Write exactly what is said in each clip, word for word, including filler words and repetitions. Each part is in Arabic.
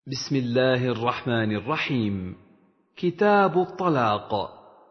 بسم الله الرحمن الرحيم. كتاب الطلاق.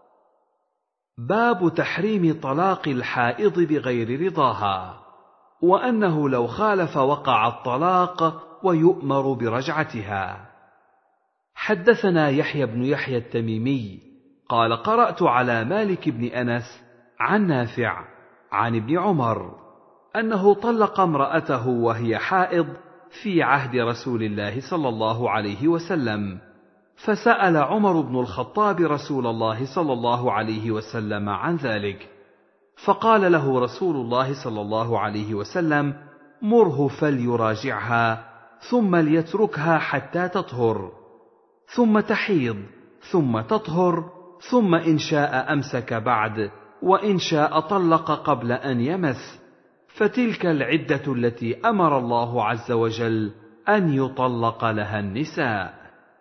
باب تحريم طلاق الحائض بغير رضاها، وأنه لو خالف وقع الطلاق ويؤمر برجعتها. حدثنا يحيى بن يحيى التميمي قال قرأت على مالك بن أنس عن نافع عن ابن عمر أنه طلق امرأته وهي حائض في عهد رسول الله صلى الله عليه وسلم، فسأل عمر بن الخطاب رسول الله صلى الله عليه وسلم عن ذلك، فقال له رسول الله صلى الله عليه وسلم: مره فليراجعها ثم ليتركها حتى تطهر، ثم تحيض ثم تطهر، ثم إن شاء أمسك بعد، وإن شاء طلق قبل أن يمس، فتلك العدة التي أمر الله عز وجل أن يطلق لها النساء.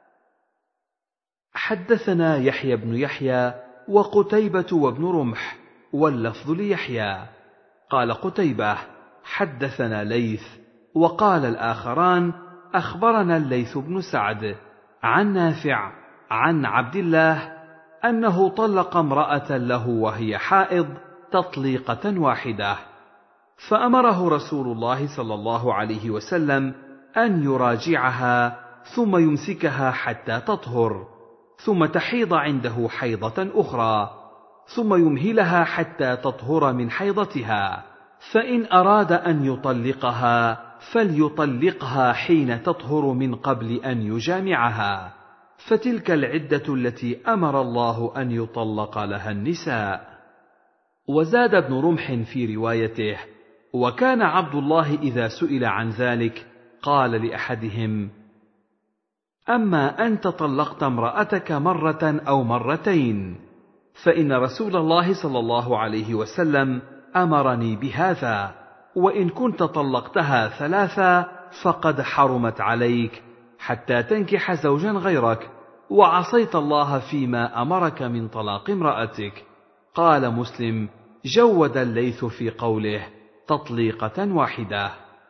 حدثنا يحيى بن يحيى وقتيبة وابن رمح، واللفظ ليحيى. قال قتيبة: حدثنا ليث، وقال الآخران: أخبرنا الليث بن سعد عن نافع عن عبد الله أنه طلق امرأة له وهي حائض تطليقة واحدة، فأمره رسول الله صلى الله عليه وسلم أن يراجعها ثم يمسكها حتى تطهر، ثم تحيض عنده حيضة أخرى، ثم يمهلها حتى تطهر من حيضتها، فإن أراد أن يطلقها فليطلقها حين تطهر من قبل أن يجامعها، فتلك العدة التي أمر الله أن يطلق لها النساء. وزاد ابن رمح في روايته: وكان عبد الله إذا سئل عن ذلك قال لأحدهم: أما أنت طلقت امرأتك مرة أو مرتين، فإن رسول الله صلى الله عليه وسلم أمرني بهذا، وإن كنت طلقتها ثلاثا فقد حرمت عليك حتى تنكح زوجا غيرك، وعصيت الله فيما أمرك من طلاق امرأتك. قال مسلم: جود الليث في قوله تطليقة واحدة.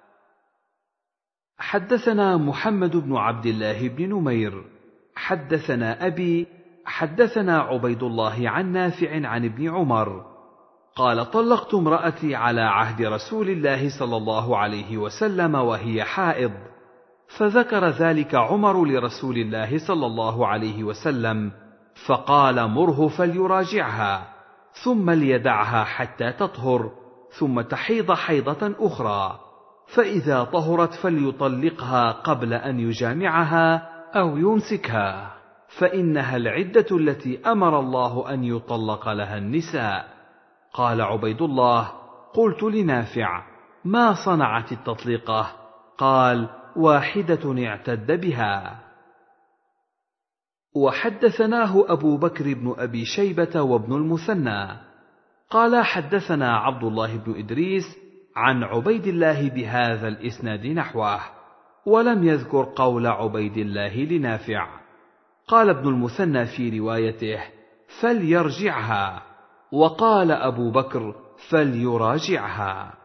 حدثنا محمد بن عبد الله بن نمير حدثنا أبي حدثنا عبيد الله عن نافع عن ابن عمر قال: طلقت امرأتي على عهد رسول الله صلى الله عليه وسلم وهي حائض، فذكر ذلك عمر لرسول الله صلى الله عليه وسلم، فقال: مره فليراجعها ثم ليدعها حتى تطهر، ثم تحيض حيضة أخرى، فإذا طهرت فليطلقها قبل أن يجامعها أو يمسكها، فإنها العدة التي أمر الله أن يطلق لها النساء. قال عبيد الله: قلت لنافع: ما صنعت التطليقة؟ قال: واحدة اعتد بها. وحدثناه أبو بكر بن أبي شيبة وابن المثنى قال: حدثنا عبد الله بن إدريس عن عبيد الله بهذا الإسناد نحوه، ولم يذكر قول عبيد الله لنافع. قال ابن المثنى في روايته: فليرجعها، وقال أبو بكر: فليراجعها.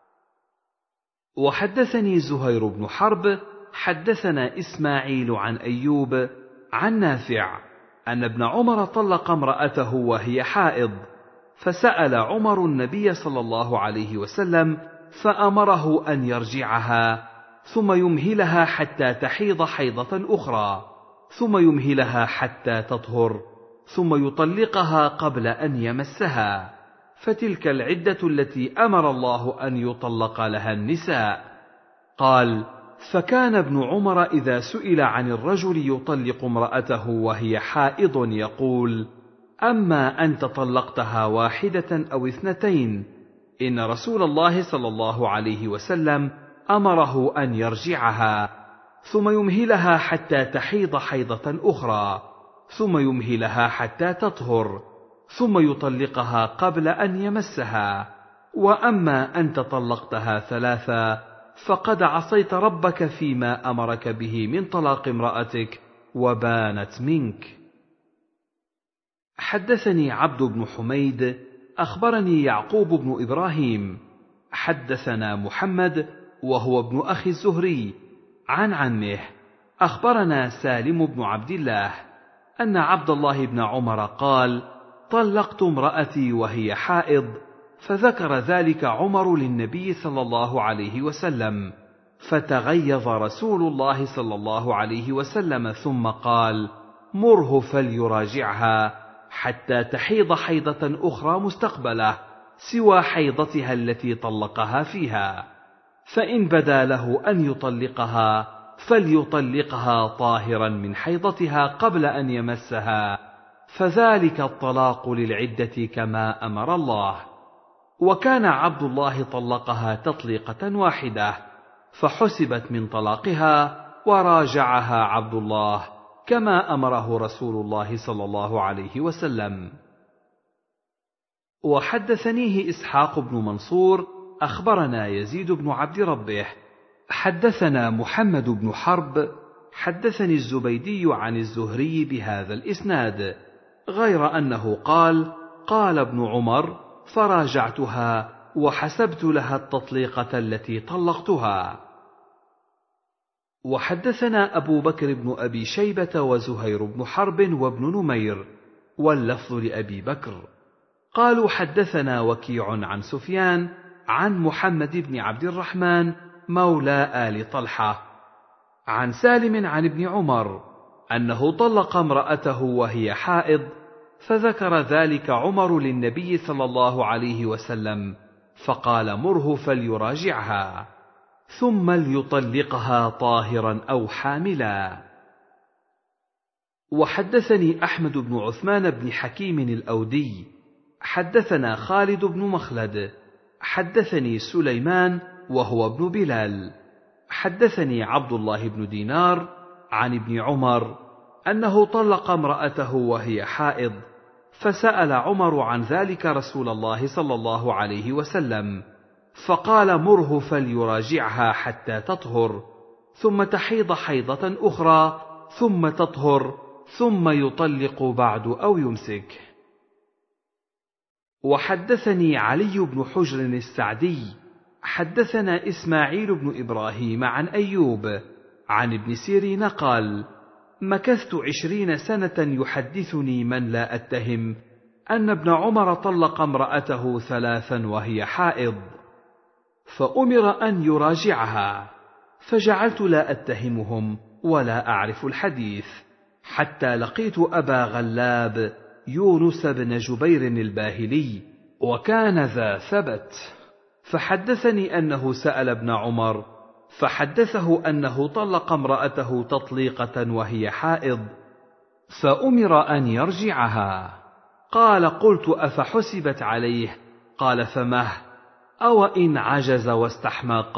وحدثني زهير بن حرب حدثنا إسماعيل عن أيوب عن نافع أن ابن عمر طلق امرأته وهي حائض، فسأل عمر النبي صلى الله عليه وسلم فأمره أن يرجعها ثم يمهلها حتى تحيض حيضة أخرى، ثم يمهلها حتى تطهر، ثم يطلقها قبل أن يمسها، فتلك العدة التي أمر الله أن يطلق لها النساء. قال: فكان ابن عمر إذا سئل عن الرجل يطلق امرأته وهي حائض يقول: أما أنت طلقتها واحدة أو اثنتين، إن رسول الله صلى الله عليه وسلم أمره أن يرجعها ثم يمهلها حتى تحيض حيضة أخرى، ثم يمهلها حتى تطهر، ثم يطلقها قبل أن يمسها. وأما أنت طلقتها ثلاثا فقد عصيت ربك فيما أمرك به من طلاق امرأتك وبانت منك. حدثني عبد بن حميد أخبرني يعقوب بن إبراهيم حدثنا محمد وهو ابن أخي الزهري عن عمه أخبرنا سالم بن عبد الله أن عبد الله بن عمر قال: طلقت امرأتي وهي حائض، فذكر ذلك عمر للنبي صلى الله عليه وسلم، فتغيظ رسول الله صلى الله عليه وسلم ثم قال: مره فليراجعها حتى تحيض حيضة أخرى مستقبله سوى حيضتها التي طلقها فيها، فإن بدا له أن يطلقها فليطلقها طاهرا من حيضتها قبل أن يمسها، فذلك الطلاق للعدة كما أمر الله. وكان عبد الله طلقها تطليقة واحدة، فحسبت من طلاقها وراجعها عبد الله كما أمره رسول الله صلى الله عليه وسلم. وحدثنيه إسحاق بن منصور أخبرنا يزيد بن عبد ربه حدثنا محمد بن حرب حدثني الزبيدي عن الزهري بهذا الإسناد، غير أنه قال: قال ابن عمر: فراجعتها وحسبت لها التطليقة التي طلقتها. وحدثنا أبو بكر بن أبي شيبة وزهير بن حرب وابن نمير، واللفظ لأبي بكر، قالوا: حدثنا وكيع عن سفيان عن محمد بن عبد الرحمن مولى آل طلحة عن سالم عن ابن عمر أنه طلق امرأته وهي حائض، فذكر ذلك عمر للنبي صلى الله عليه وسلم، فقال: مره فليراجعها ثم ليطلقها طاهرا أو حاملا. وحدثني أحمد بن عثمان بن حكيم الأودي حدثنا خالد بن مخلد حدثني سليمان وهو ابن بلال حدثني عبد الله بن دينار عن ابن عمر أنه طلق امرأته وهي حائض، فسأل عمر عن ذلك رسول الله صلى الله عليه وسلم، فقال: مره فليراجعها حتى تطهر، ثم تحيض حيضة أخرى، ثم تطهر، ثم يطلق بعد أو يمسك. وحدثني علي بن حجر السعدي حدثنا إسماعيل بن إبراهيم عن أيوب عن ابن سيرين قال: مكثت عشرين سنة يحدثني من لا أتهم أن ابن عمر طلق امرأته ثلاثا وهي حائض، فأمر أن يراجعها، فجعلت لا أتهمهم ولا أعرف الحديث، حتى لقيت أبا غلاب يونس بن جبير الباهلي، وكان ذا ثبت، فحدثني أنه سأل ابن عمر، فحدثه أنه طلق امرأته تطليقة وهي حائض، فأمر أن يرجعها. قال: قلت: أفحسبت عليه؟ قال: فمه؟ أو إن عجز واستحماق.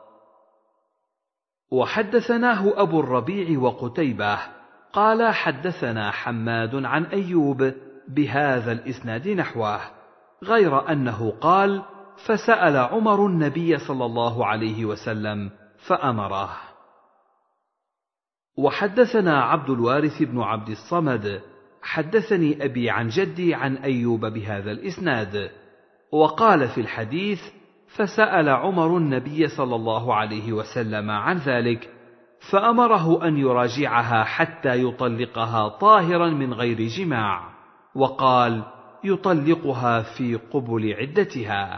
وحدثناه أبو الربيع وقتيبة قال: حدثنا حماد عن أيوب بهذا الإسناد نحوه، غير أنه قال: فسأل عمر النبي صلى الله عليه وسلم فأمره. وحدثنا عبد الوارث بن عبد الصمد حدثني أبي عن جدي عن أيوب بهذا الإسناد، وقال في الحديث: فسأل عمر النبي صلى الله عليه وسلم عن ذلك، فأمره أن يراجعها حتى يطلقها طاهرا من غير جماع، وقال: يطلقها في قبل عدتها.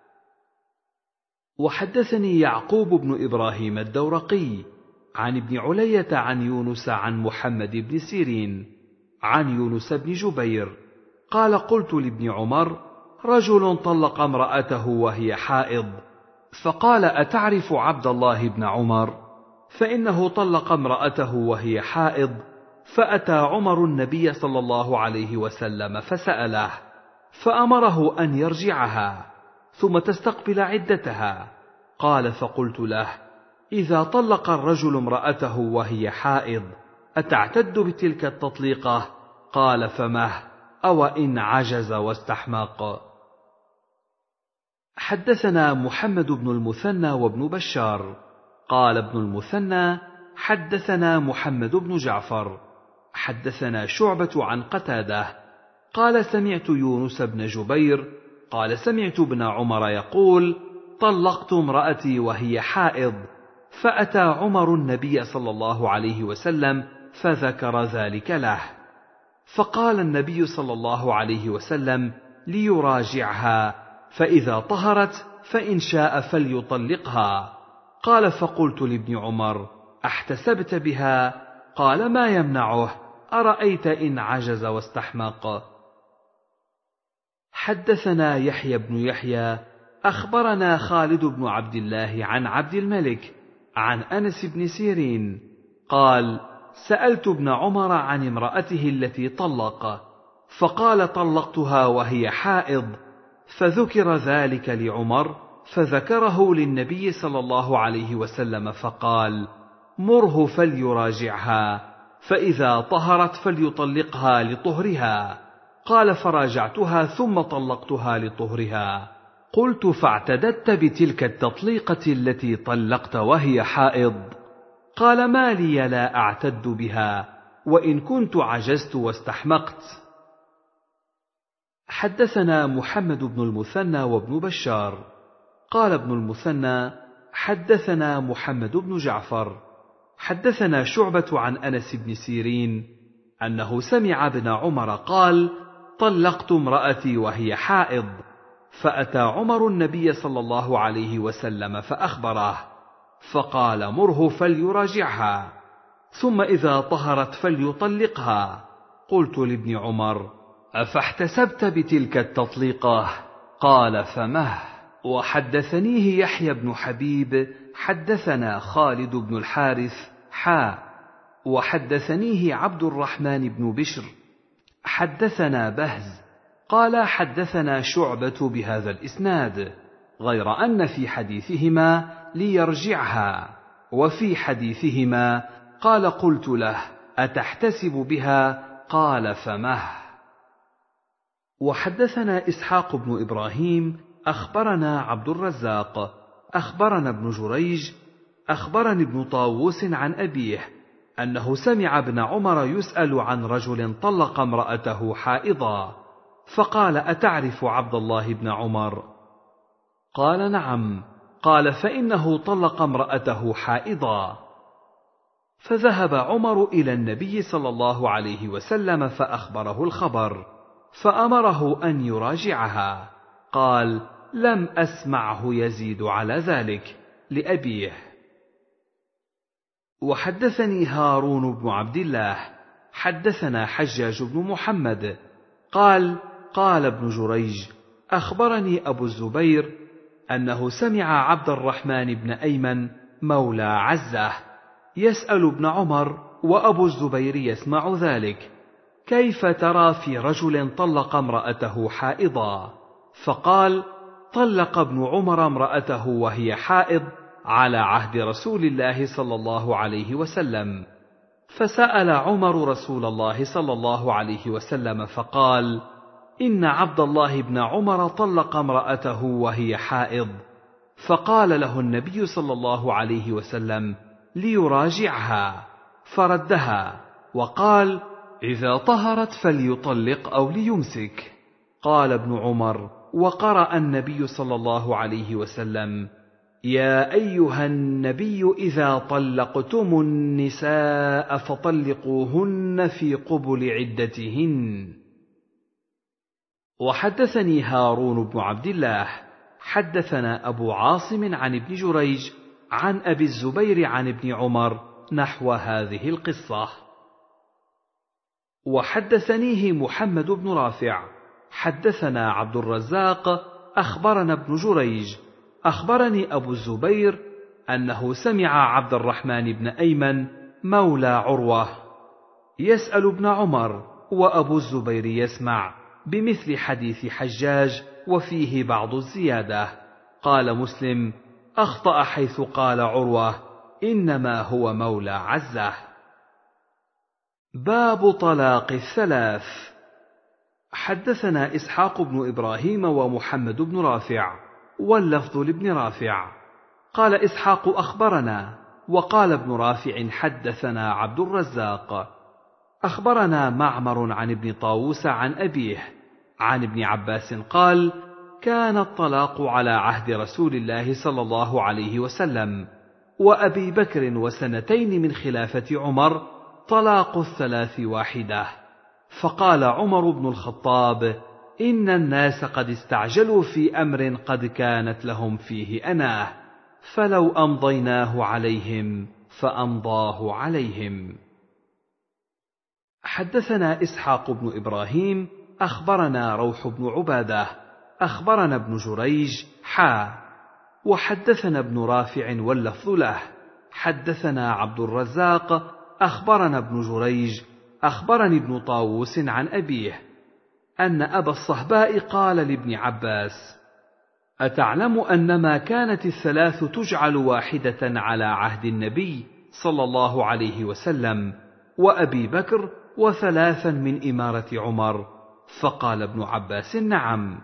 وحدثني يعقوب بن إبراهيم الدورقي عن ابن علية عن يونس عن محمد بن سيرين عن يونس بن جبير قال: قلت لابن عمر: رجل طلق امرأته وهي حائض، فقال: أتعرف عبد الله بن عمر؟ فإنه طلق امرأته وهي حائض، فأتى عمر النبي صلى الله عليه وسلم فسأله، فأمره أن يرجعها ثم تستقبل عدتها. قال: فقلت له: إذا طلق الرجل امرأته وهي حائض أتعتد بتلك التطليقة؟ قال: فمه؟ أو إن عجز واستحماق. حدثنا محمد بن المثنى وابن بشار قال ابن المثنى: حدثنا محمد بن جعفر حدثنا شعبة عن قتادة قال: سمعت يونس بن جبير قال: سمعت ابن عمر يقول: طلقت امرأتي وهي حائض، فأتى عمر النبي صلى الله عليه وسلم فذكر ذلك له، فقال النبي صلى الله عليه وسلم ليراجعها، فإذا طهرت فإن شاء فليطلقها. قال: فقلت لابن عمر: احتسبت بها؟ قال: ما يمنعه، أرأيت إن عجز واستحمق. حدثنا يحيى بن يحيى أخبرنا خالد بن عبد الله عن عبد الملك عن أنس بن سيرين قال: سألت ابن عمر عن امرأته التي طلق، فقال: طلقتها وهي حائض، فذكر ذلك لعمر، فذكره للنبي صلى الله عليه وسلم فقال: مره فليراجعها، فإذا طهرت فليطلقها لطهرها. قال: فراجعتها ثم طلقتها لطهرها. قلت: فاعتددت بتلك التطليقة التي طلقت وهي حائض؟ قال: ما لي لا أعتد بها، وإن كنت عجزت واستحمقت. حدثنا محمد بن المثنى وابن بشار قال ابن المثنى: حدثنا محمد بن جعفر حدثنا شعبة عن أنس بن سيرين أنه سمع ابن عمر قال: طلقت امرأتي وهي حائض، فأتى عمر النبي صلى الله عليه وسلم فأخبره، فقال: مره فليراجعها، ثم إذا طهرت فليطلقها. قلت لابن عمر: أفاحتسبت بتلك التطليقة؟ قال: فمه. وحدثنيه يحيى بن حبيب حدثنا خالد بن الحارث حا وحدثنيه عبد الرحمن بن بشر حدثنا بهز قال: حدثنا شعبة بهذا الإسناد، غير أن في حديثهما ليرجعها، وفي حديثهما قال: قلت له: أتحتسب بها؟ قال: فمه. وحدثنا إسحاق بن إبراهيم أخبرنا عبد الرزاق أخبرنا ابن جريج أخبرني ابن طاووس عن أبيه أنه سمع ابن عمر يسأل عن رجل طلق امرأته حائضا، فقال: أتعرف عبد الله بن عمر؟ قال: نعم. قال: فإنه طلق امرأته حائضا. فذهب عمر إلى النبي صلى الله عليه وسلم فأخبره الخبر، فأمره أن يراجعها. قال: لم أسمعه يزيد على ذلك لأبيه. وحدثني هارون بن عبد الله حدثنا حجاج بن محمد قال: قال ابن جريج: أخبرني أبو الزبير أنه سمع عبد الرحمن بن أيمن مولى عزة يسأل ابن عمر وأبو الزبير يسمع ذلك: كيف ترى في رجل طلق امرأته حائضا؟ فقال: طلق ابن عمر امرأته وهي حائض على عهد رسول الله صلى الله عليه وسلم. فسأل عمر رسول الله صلى الله عليه وسلم فقال: إن عبد الله بن عمر طلق امرأته وهي حائض. فقال له النبي صلى الله عليه وسلم: ليراجعها، فردها وقال: إذا طهرت فليطلق أو ليمسك. قال ابن عمر: وقرأ النبي صلى الله عليه وسلم: يا أيها النبي إذا طلقتم النساء فطلقوهن في قبل عدتهن. وحدثني هارون بن عبد الله حدثنا أبو عاصم عن ابن جريج عن أبي الزبير عن ابن عمر نحو هذه القصة. وحدثنيه محمد بن رافع حدثنا عبد الرزاق أخبرنا ابن جريج أخبرني أبو الزبير أنه سمع عبد الرحمن بن أيمن مولى عروة يسأل ابن عمر وأبو الزبير يسمع بمثل حديث حجاج وفيه بعض الزيادة. قال مسلم: أخطأ حيث قال عروة إنما هو مولى عزة. باب طلاق الثلاث. حدثنا إسحاق بن إبراهيم ومحمد بن رافع واللفظ لابن رافع قال إسحاق: أخبرنا، وقال ابن رافع: حدثنا عبد الرزاق أخبرنا معمر عن ابن طاووس عن أبيه عن ابن عباس قال: كان الطلاق على عهد رسول الله صلى الله عليه وسلم، وأبي بكر وسنتين من خلافة عمر طلاق الثلاث واحدة. فقال عمر بن الخطاب: إن الناس قد استعجلوا في أمر قد كانت لهم فيه أناه، فلو أمضيناه عليهم فأمضاه عليهم. حدثنا إسحاق بن إبراهيم أخبرنا روح بن عبادة أخبرنا ابن جريج حا وحدثنا ابن رافع واللفظ له حدثنا عبد الرزاق أخبرنا ابن جريج أخبرني ابن طاووس عن أبيه أن أبا الصهباء قال لابن عباس: أتعلم أنما كانت الثلاث تجعل واحدة على عهد النبي صلى الله عليه وسلم وأبي بكر وثلاثا من إمارة عمر؟ فقال ابن عباس: نعم.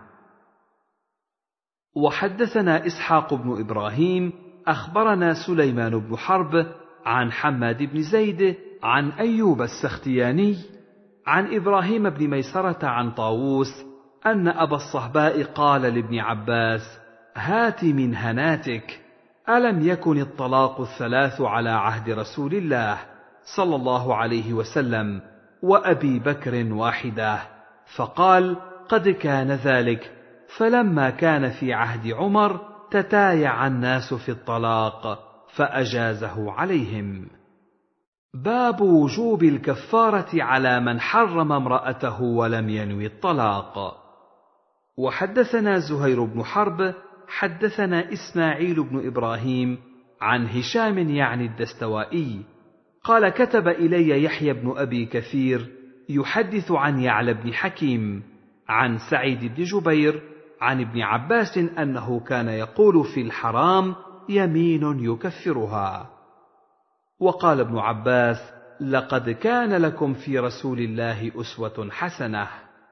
وحدثنا إسحاق بن إبراهيم أخبرنا سليمان بن حرب عن حماد بن زيد عن أيوب السختياني عن إبراهيم بن ميسرة عن طاووس أن أبا الصهباء قال لابن عباس: هات من هناتك، ألم يكن الطلاق الثلاث على عهد رسول الله صلى الله عليه وسلم وأبي بكر واحدة؟ فقال: قد كان ذلك، فلما كان في عهد عمر تتايع الناس في الطلاق فأجازه عليهم. باب وجوب الكفارة على من حرم امرأته ولم ينوي الطلاق. وحدثنا زهير بن حرب حدثنا إسماعيل بن إبراهيم عن هشام يعني الدستوائي قال: كتب إلي يحيى بن أبي كثير يحدث عن يعلى بن حكيم عن سعيد بن جبير عن ابن عباس أنه كان يقول في الحرام: يمين يكفرها. وقال ابن عباس: لقد كان لكم في رسول الله أسوة حسنة.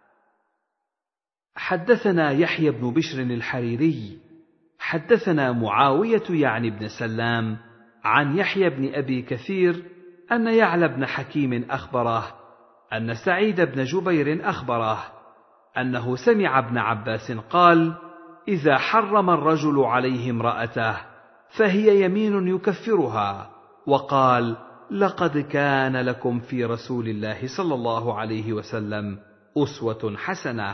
حدثنا يحيى بن بشر الحريري حدثنا معاوية يعني بن سلام عن يحيى بن أبي كثير أن يعلى بن حكيم أخبره أن سعيد بن جبير أخبره أنه سمع ابن عباس قال: إذا حرم الرجل عليه امرأته فهي يمين يكفرها. وقال: لقد كان لكم في رسول الله صلى الله عليه وسلم أسوة حسنة.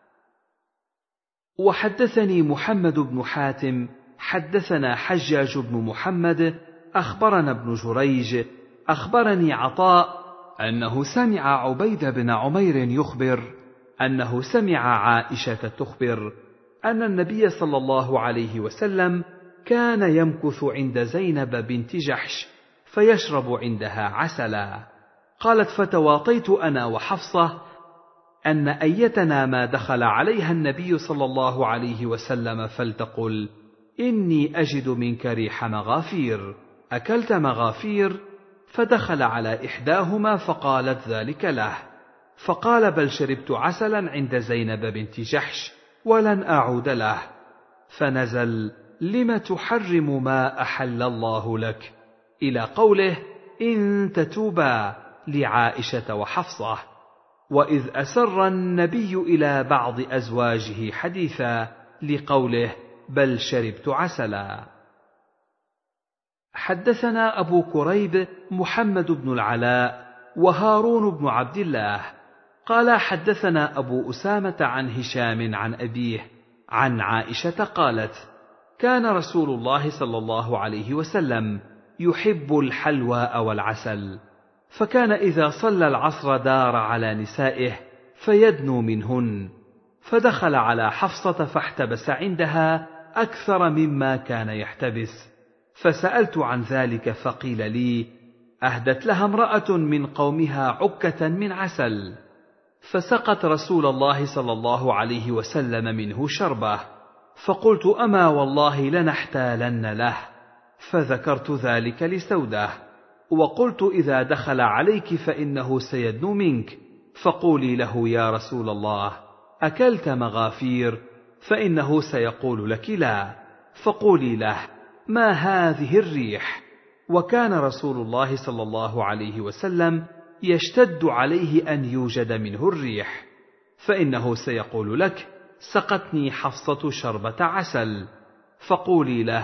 وحدثني محمد بن حاتم حدثنا حجاج بن محمد أخبرنا ابن جريج أخبرني عطاء أنه سمع عبيد بن عمير يخبر أنه سمع عائشة تخبر أن النبي صلى الله عليه وسلم كان يمكث عند زينب بنت جحش فيشرب عندها عسلا. قالت: فتواطيت أنا وحفصة أن أيتنا ما دخل عليها النبي صلى الله عليه وسلم فلتقل: إني أجد منك ريح مغافير، أكلت مغافير؟ فدخل على إحداهما فقالت ذلك له، فقال: بل شربت عسلا عند زينب بنت جحش ولن أعود له. فنزل: لم تحرم ما أحل الله لك، إلى قوله: إن تتوبا، لعائشة وحفصة. وإذ أسر النبي إلى بعض أزواجه حديثا، لقوله: بل شربت عسلا. حدثنا أبو كريب محمد بن العلاء وهارون بن عبد الله قال: حدثنا أبو أسامة عن هشام عن أبيه عن عائشة قالت: كان رسول الله صلى الله عليه وسلم يحب الحلوى والعسل، فكان إذا صلى العصر دار على نسائه فيدنو منهن، فدخل على حفصة فاحتبس عندها أكثر مما كان يحتبس، فسألت عن ذلك فقيل لي: أهدت لها امرأة من قومها عكة من عسل، فسقت رسول الله صلى الله عليه وسلم منه شربة، فقلت: أما والله لنحتالن له، فذكرت ذلك لسودة، وقلت: إذا دخل عليك فإنه سيدنو منك، فقولي له: يا رسول الله، أكلت مغافير؟ فإنه سيقول لك لا، فقولي له: ما هذه الريح؟ وكان رسول الله صلى الله عليه وسلم يشتد عليه أن يوجد منه الريح، فإنه سيقول لك: سقتني حفصة شربة عسل، فقولي له: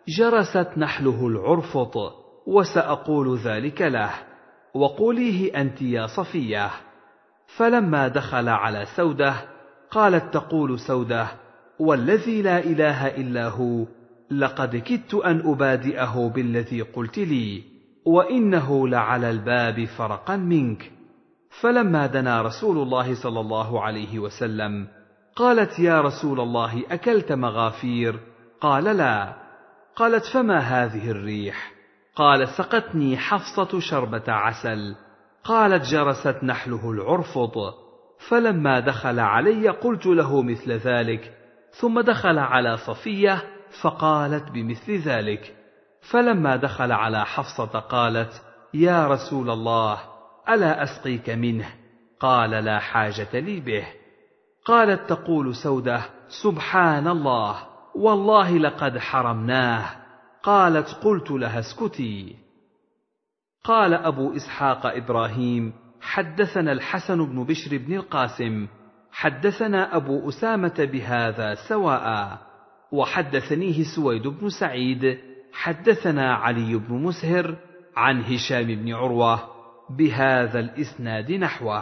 جرست نحله العرفط، وسأقول ذلك له، وقوليه أنت يا صفية. فلما دخل على سودة قالت تقول سودة: والذي لا إله إلا هو، لقد كدت أن أبادئه بالذي قلت لي، وإنه لعلى الباب فرقا منك. فلما دنا رسول الله صلى الله عليه وسلم قالت: يا رسول الله، أكلت مغافير؟ قال: لا. قالت: فما هذه الريح؟ قال: سقتني حفصة شربة عسل. قالت: جرست نحله العرفط. فلما دخل علي قلت له مثل ذلك، ثم دخل على صفية فقالت بمثل ذلك. فلما دخل على حفصة قالت: يا رسول الله، ألا أسقيك منه؟ قال: لا حاجة لي به. قالت تقول سودة: سبحان الله، والله لقد حرمناه. قالت: قلت لها اسكتي. قال أبو إسحاق إبراهيم: حدثنا الحسن بن بشر بن القاسم حدثنا أبو أسامة بهذا سواء، وحدثنيه سويد بن سعيد حدثنا علي بن مسهر عن هشام بن عروة بهذا الإسناد نحوه.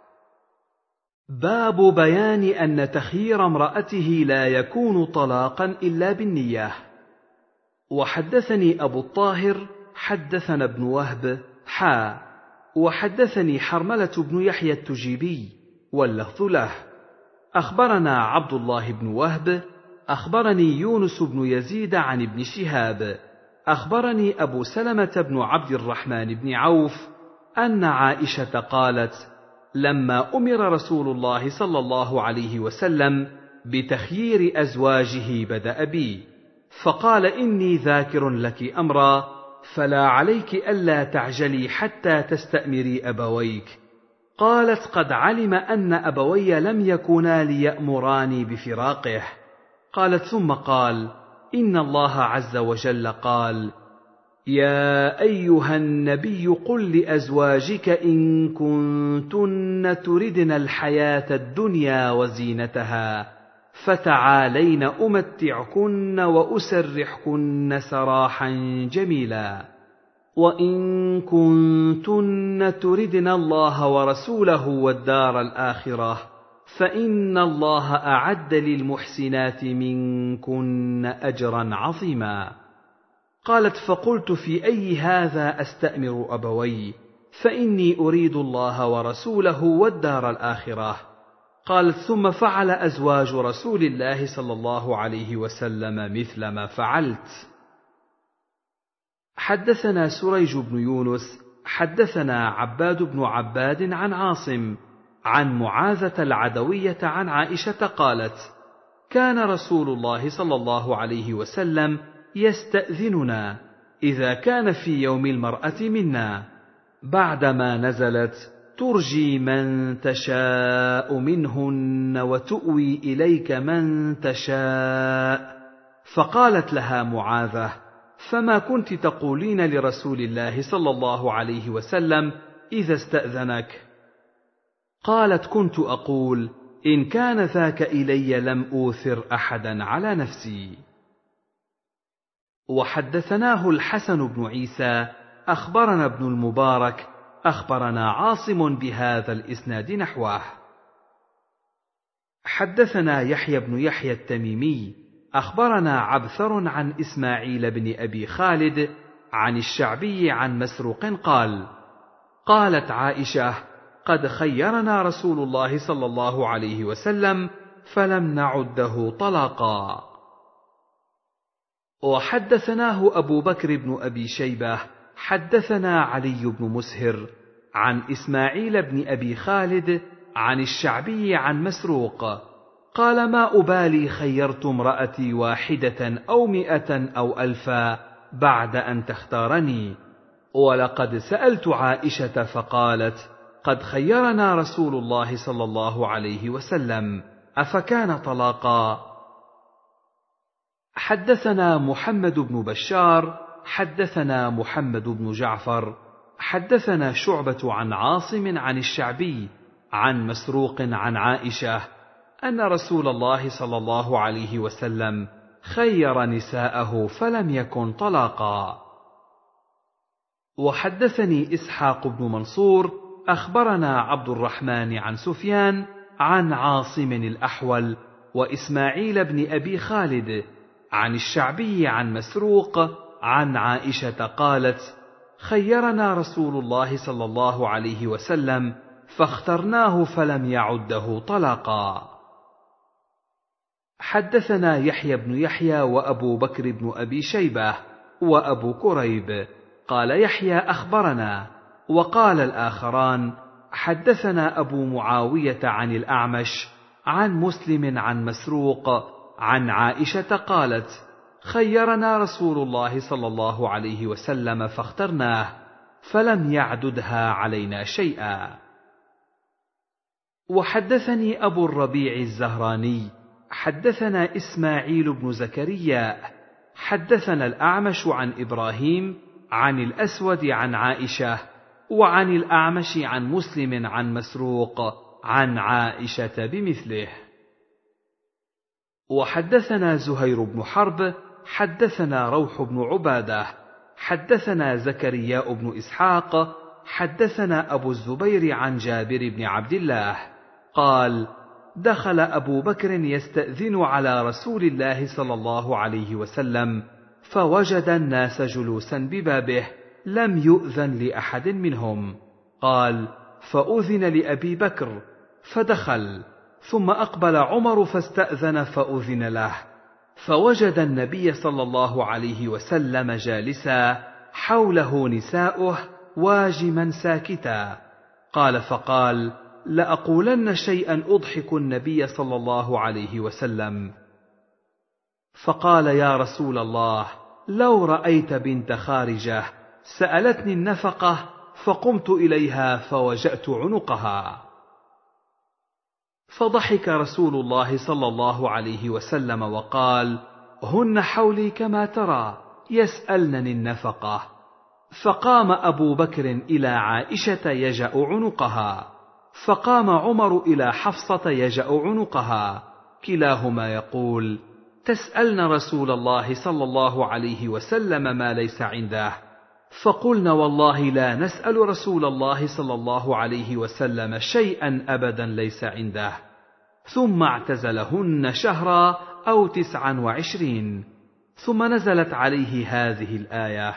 باب بيان أن تخيير امرأته لا يكون طلاقا إلا بالنية. وحدثني أبو الطاهر حدثنا ابن وهب حا وحدثني حرملة بن يحيى التجيبي واللفظ له. أخبرنا عبد الله بن وهب أخبرني يونس بن يزيد عن ابن شهاب أخبرني أبو سلمة بن عبد الرحمن بن عوف أن عائشة قالت: لما أمر رسول الله صلى الله عليه وسلم بتخيير أزواجه بدأ بي، فقال: إني ذاكر لك أمرا، فلا عليك ألا تعجلي حتى تستأمري أبويك. قالت: قد علم أن أبوي لم يكونا ليأمراني بفراقه. قالت: ثم قال: إن الله عز وجل قال: يا أيها النبي قل لأزواجك إن كنتن تردن الحياة الدنيا وزينتها فتعالين أمتعكن وأسرحكن سراحا جميلا، وإن كنتن تردن الله ورسوله والدار الآخرة فإن الله أعد للمحسنات منكن أجرا عظيما. قالت: فقلت: في أي هذا أستأمر أبوي؟ فإني أريد الله ورسوله والدار الآخرة. قالت: ثم فعل أزواج رسول الله صلى الله عليه وسلم مثل ما فعلت. حدثنا سريج بن يونس حدثنا عباد بن عباد عن عاصم عن معاذة العدوية عن عائشة قالت: كان رسول الله صلى الله عليه وسلم يستأذننا إذا كان في يوم المرأة منا، بعدما نزلت: ترجي من تشاء منهن وتؤوي إليك من تشاء. فقالت لها معاذة: فما كنت تقولين لرسول الله صلى الله عليه وسلم إذا استأذنك؟ قالت: كنت أقول: إن كان ذاك إلي لم أوثر أحدا على نفسي. وحدثناه الحسن بن عيسى أخبرنا ابن المبارك أخبرنا عاصم بهذا الإسناد نحوه. حدثنا يحيى بن يحيى التميمي أخبرنا عبثر عن إسماعيل بن أبي خالد عن الشعبي عن مسروق قال: قالت عائشة: قد خيرنا رسول الله صلى الله عليه وسلم فلم نعده طلاقا. وحدثناه أبو بكر بن أبي شيبة حدثنا علي بن مسهر عن إسماعيل بن أبي خالد عن الشعبي عن مسروق قال: ما أبالي خيرت امرأتي واحدة أو مئة أو ألفا بعد أن تختارني. ولقد سألت عائشة فقالت: قد خيرنا رسول الله صلى الله عليه وسلم، أفكان طلاقا؟ حدثنا محمد بن بشار حدثنا محمد بن جعفر حدثنا شعبة عن عاصم عن الشعبي عن مسروق عن عائشة أن رسول الله صلى الله عليه وسلم خير نساءه فلم يكن طلاقا. وحدثني إسحاق بن منصور أخبرنا عبد الرحمن عن سفيان عن عاصم الأحول وإسماعيل بن أبي خالد عن الشعبي عن مسروق عن عائشة قالت: خيرنا رسول الله صلى الله عليه وسلم فاخترناه فلم يعده طلاقا. حدثنا يحيى بن يحيى وأبو بكر بن أبي شيبة وأبو كريب قال يحيى أخبرنا، وقال الآخران حدثنا أبو معاوية عن الأعمش عن مسلم عن مسروق عن عائشة قالت: خيرنا رسول الله صلى الله عليه وسلم فاخترناه فلم يعددها علينا شيئا. وحدثني أبو الربيع الزهراني حدثنا إسماعيل بن زكريا حدثنا الأعمش عن إبراهيم عن الأسود عن عائشة وعن الأعمش عن مسلم عن مسروق عن عائشة بمثله. وحدثنا زهير بن حرب حدثنا روح بن عبادة حدثنا زكريا بن إسحاق حدثنا أبو الزبير عن جابر بن عبد الله قال: دخل أبو بكر يستأذن على رسول الله صلى الله عليه وسلم فوجد الناس جلوسا ببابه لم يؤذن لأحد منهم. قال: فأذن لأبي بكر فدخل، ثم أقبل عمر فاستأذن فأذن له، فوجد النبي صلى الله عليه وسلم جالسا حوله نساؤه واجما ساكتا. قال: فقال: لأقولن شيئا أضحك النبي صلى الله عليه وسلم. فقال: يا رسول الله، لو رأيت بنت خارجة سألتني النفقة فقمت إليها فوجأت عنقها. فضحك رسول الله صلى الله عليه وسلم وقال: هن حولي كما ترى يسألنني النفقة. فقام أبو بكر إلى عائشة يجأ عنقها، فقام عمر إلى حفصة يجأ عنقها، كلاهما يقول: تسألن رسول الله صلى الله عليه وسلم ما ليس عنده. فقلنا: والله لا نسأل رسول الله صلى الله عليه وسلم شيئا أبدا ليس عنده. ثم اعتزلهن شهرا أو تسعا وعشرين، ثم نزلت عليه هذه الآية: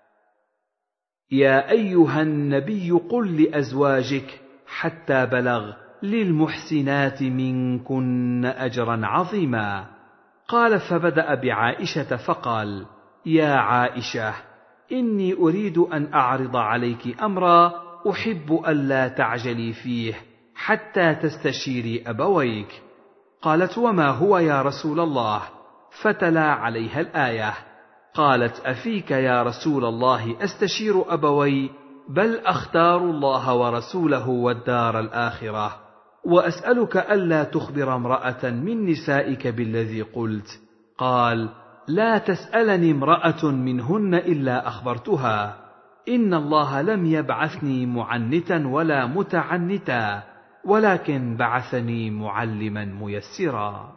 يا أيها النبي قل لأزواجك حتى بلغ للمحسنات منكن أجرا عظيما. قال: فبدأ بعائشة فقال: يا عائشة، إني أريد أن أعرض عليك أمرا أحب ألا تعجلي فيه حتى تستشيري أبويك. قالت: وما هو يا رسول الله؟ فتلا عليها الآية. قالت: أفيك يا رسول الله أستشير أبوي؟ بل أختار الله ورسوله والدار الآخرة، وأسألك ألا تخبر امرأة من نسائك بالذي قلت. قال: لا تسألني امرأة منهن إلا أخبرتها. إن الله لم يبعثني معنتا ولا متعنتا، ولكن بعثني معلما ميسرا.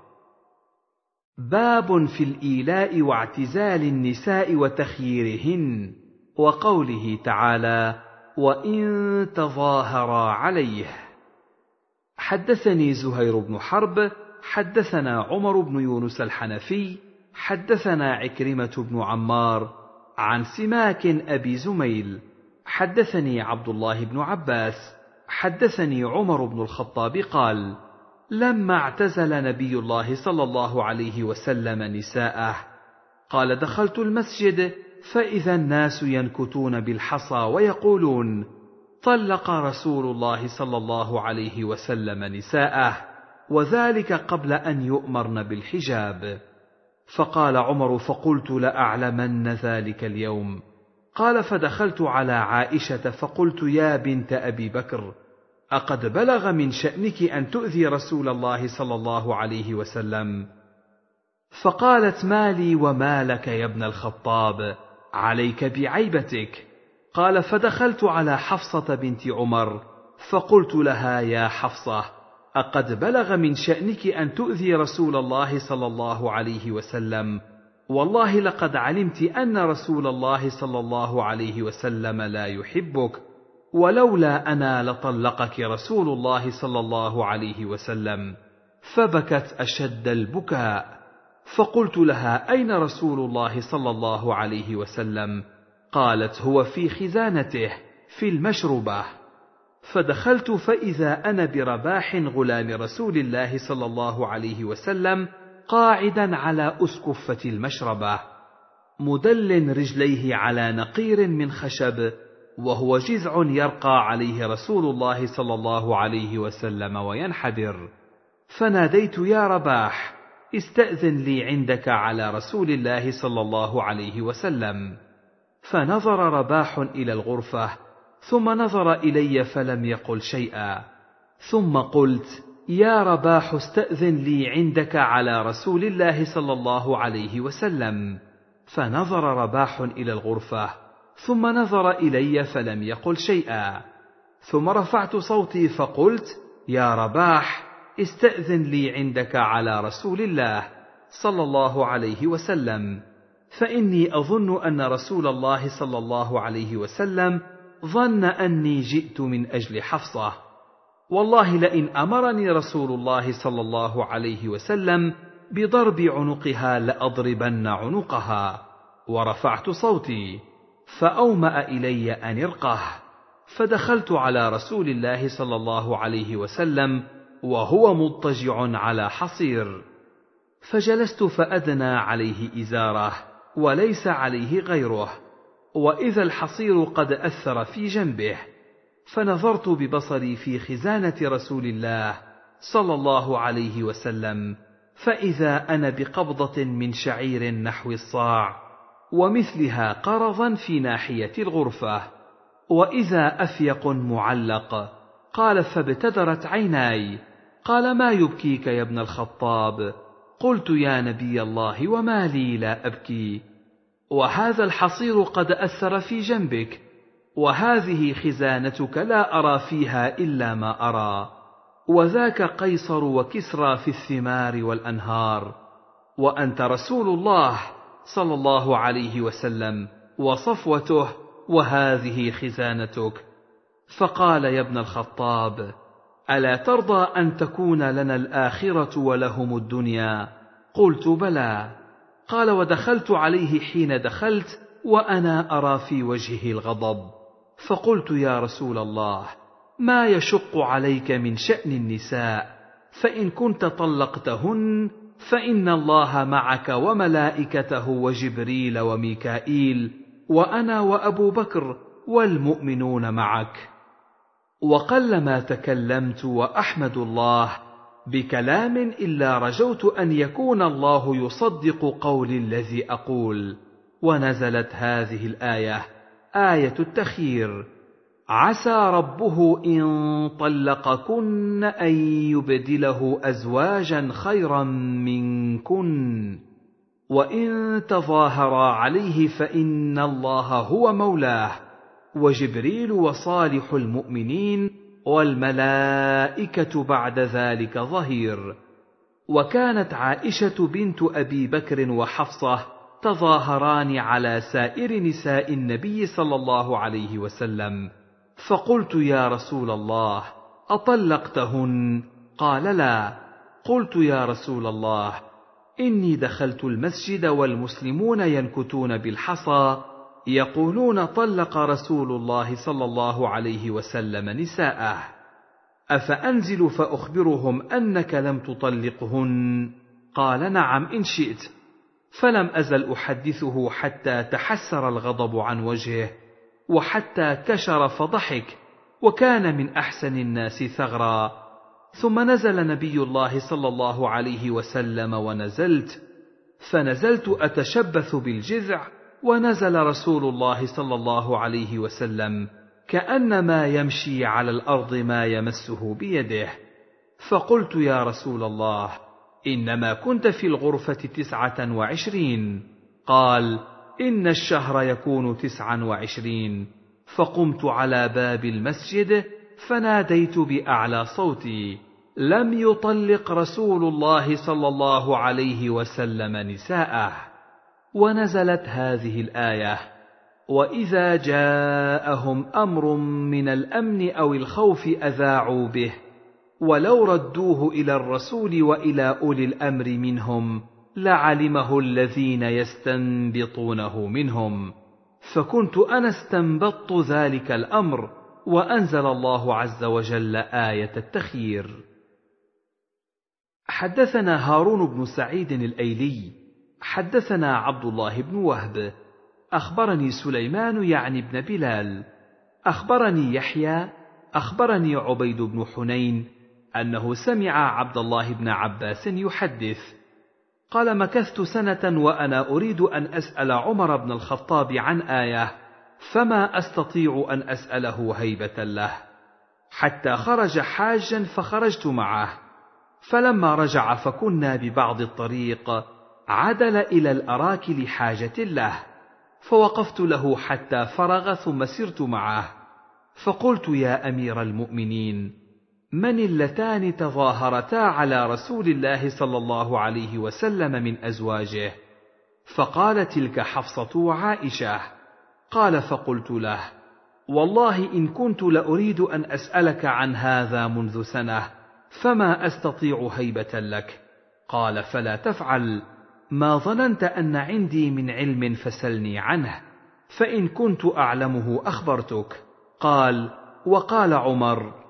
باب في الإيلاء واعتزال النساء وتخييرهن، وقوله تعالى: وإن تظاهرا عليه. حدثني زهير بن حرب حدثنا عمر بن يونس الحنفي حدثنا عكرمة بن عمار عن سماك أبي زميل حدثني عبد الله بن عباس حدثني عمر بن الخطاب قال: لما اعتزل نبي الله صلى الله عليه وسلم نساءه، قال: دخلت المسجد فإذا الناس ينكتون بالحصى ويقولون: طلق رسول الله صلى الله عليه وسلم نساءه، وذلك قبل أن يؤمرن بالحجاب. فقال عمر: فقلت: لأعلمن ذلك اليوم. قال: فدخلت على عائشة فقلت: يا بنت أبي بكر، أقد بلغ من شأنك أن تؤذي رسول الله صلى الله عليه وسلم؟ فقالت: ما لي وما لك يا ابن الخطاب، عليك بعيبتك. قال: فدخلت على حفصة بنت عمر فقلت لها: يا حفصة، أقد بلغ من شأنك أن تؤذي رسول الله صلى الله عليه وسلم؟ والله لقد علمت أن رسول الله صلى الله عليه وسلم لا يحبك، ولولا أنا لطلقك رسول الله صلى الله عليه وسلم. فبكت أشد البكاء. فقلت لها: أين رسول الله صلى الله عليه وسلم؟ قالت: هو في خزانته في المشربة. فدخلت فإذا أنا برباح غلام رسول الله صلى الله عليه وسلم قاعدا على أسكفة المشربة، مدل رجليه على نقير من خشب، وهو جذع يرقى عليه رسول الله صلى الله عليه وسلم وينحدر. فناديت: يا رباح، استأذن لي عندك على رسول الله صلى الله عليه وسلم. فنظر رباح إلى الغرفة، ثم نظر إلي فلم يقل شيئا. ثم قلت: يا رباح، استأذن لي عندك على رسول الله صلى الله عليه وسلم. فنظر رباح إلى الغرفة، ثم نظر إلي فلم يقل شيئا. ثم رفعت صوتي فقلت: يا رباح، استأذن لي عندك على رسول الله صلى الله عليه وسلم، فإني أظن أن رسول الله صلى الله عليه وسلم ظن أني جئت من أجل حفصة. والله لئن أمرني رسول الله صلى الله عليه وسلم بضرب عنقها لأضربن عنقها. ورفعت صوتي، فأومأ إلي أن ارقه. فدخلت على رسول الله صلى الله عليه وسلم وهو مضطجع على حصير، فجلست فأدنى عليه إزاره وليس عليه غيره، وإذا الحصير قد أثر في جنبه. فنظرت ببصري في خزانة رسول الله صلى الله عليه وسلم، فإذا أنا بقبضة من شعير نحو الصاع، ومثلها قرضا في ناحية الغرفة، وإذا أفيق معلق. قال: فابتدرت عيناي. قال: ما يبكيك يا ابن الخطاب؟ قلت: يا نبي الله، وما لي لا أبكي؟ وهذا الحصير قد أثر في جنبك، وهذه خزانتك لا أرى فيها إلا ما أرى، وذاك قيصر وكسرى في الثمار والأنهار، وأنت رسول الله صلى الله عليه وسلم وصفوته، وهذه خزانتك. فقال: يا ابن الخطاب، ألا ترضى أن تكون لنا الآخرة ولهم الدنيا؟ قلت: بلى. قال: ودخلت عليه حين دخلت وأنا أرى في وجهه الغضب، فقلت: يا رسول الله، ما يشق عليك من شأن النساء؟ فإن كنت طلقتهن فإن الله معك وملائكته وجبريل وميكائيل وأنا وأبو بكر والمؤمنون معك. وقلما تكلمت وأحمد الله بكلام إلا رجوت أن يكون الله يصدق قولي الذي أقول. ونزلت هذه الآية، آية التخيير: عسى ربه إن طلقكن أن يبدله أزواجا خيرا منكن، وإن تظاهرا عليه فإن الله هو مولاه، وجبريل وصالح المؤمنين والملائكة بعد ذلك ظهير. وكانت عائشة بنت أبي بكر وحفصة تظاهران على سائر نساء النبي صلى الله عليه وسلم. فقلت: يا رسول الله، أطلقتهن؟ قال: لا. قلت: يا رسول الله، إني دخلت المسجد والمسلمون ينكتون بالحصى يقولون: طلق رسول الله صلى الله عليه وسلم نساءه، أفأنزل فأخبرهم أنك لم تطلقهن؟ قال: نعم إن شئت. فلم أزل أحدثه حتى تحسر الغضب عن وجهه، وحتى كشر فضحك، وكان من أحسن الناس ثغرا. ثم نزل نبي الله صلى الله عليه وسلم ونزلت، فنزلت أتشبث بالجذع، ونزل رسول الله صلى الله عليه وسلم كأنما يمشي على الأرض ما يمسه بيده. فقلت: يا رسول الله، إنما كنت في الغرفة تسعة وعشرين. قال: إن الشهر يكون تسعا وعشرين. فقمت على باب المسجد فناديت بأعلى صوتي: لم يطلق رسول الله صلى الله عليه وسلم نساءه. ونزلت هذه الآية: وإذا جاءهم أمر من الأمن أو الخوف أذاعوا به ولو ردوه إلى الرسول وإلى أولي الأمر منهم لعلمه الذين يستنبطونه منهم. فكنت أنا استنبطت ذلك الأمر، وأنزل الله عز وجل آية التخيير. حدثنا هارون بن سعيد الأيلي حدثنا عبد الله بن وهب أخبرني سليمان يعني بن بلال أخبرني يحيى أخبرني عبيد بن حنين أنه سمع عبد الله بن عباس يحدث قال: مكثت سنة وأنا أريد أن أسأل عمر بن الخطاب عن آية، فما أستطيع أن أسأله هيبة له، حتى خرج حاجا فخرجت معه، فلما رجع فكنا ببعض الطريق عدل إلى الأراك لحاجة له، فوقفت له حتى فرغ ثم سرت معه، فقلت: يا أمير المؤمنين، من اللتان تظاهرتا على رسول الله صلى الله عليه وسلم من أزواجه؟ فقال: تلك حفصة وعائشة. قال: فقلت له: والله إن كنت لأريد أن أسألك عن هذا منذ سنة، فما أستطيع هيبة لك. قال: فلا تفعل، ما ظننت أن عندي من علم فسلني عنه، فإن كنت أعلمه أخبرتك. قال: وقال عمر: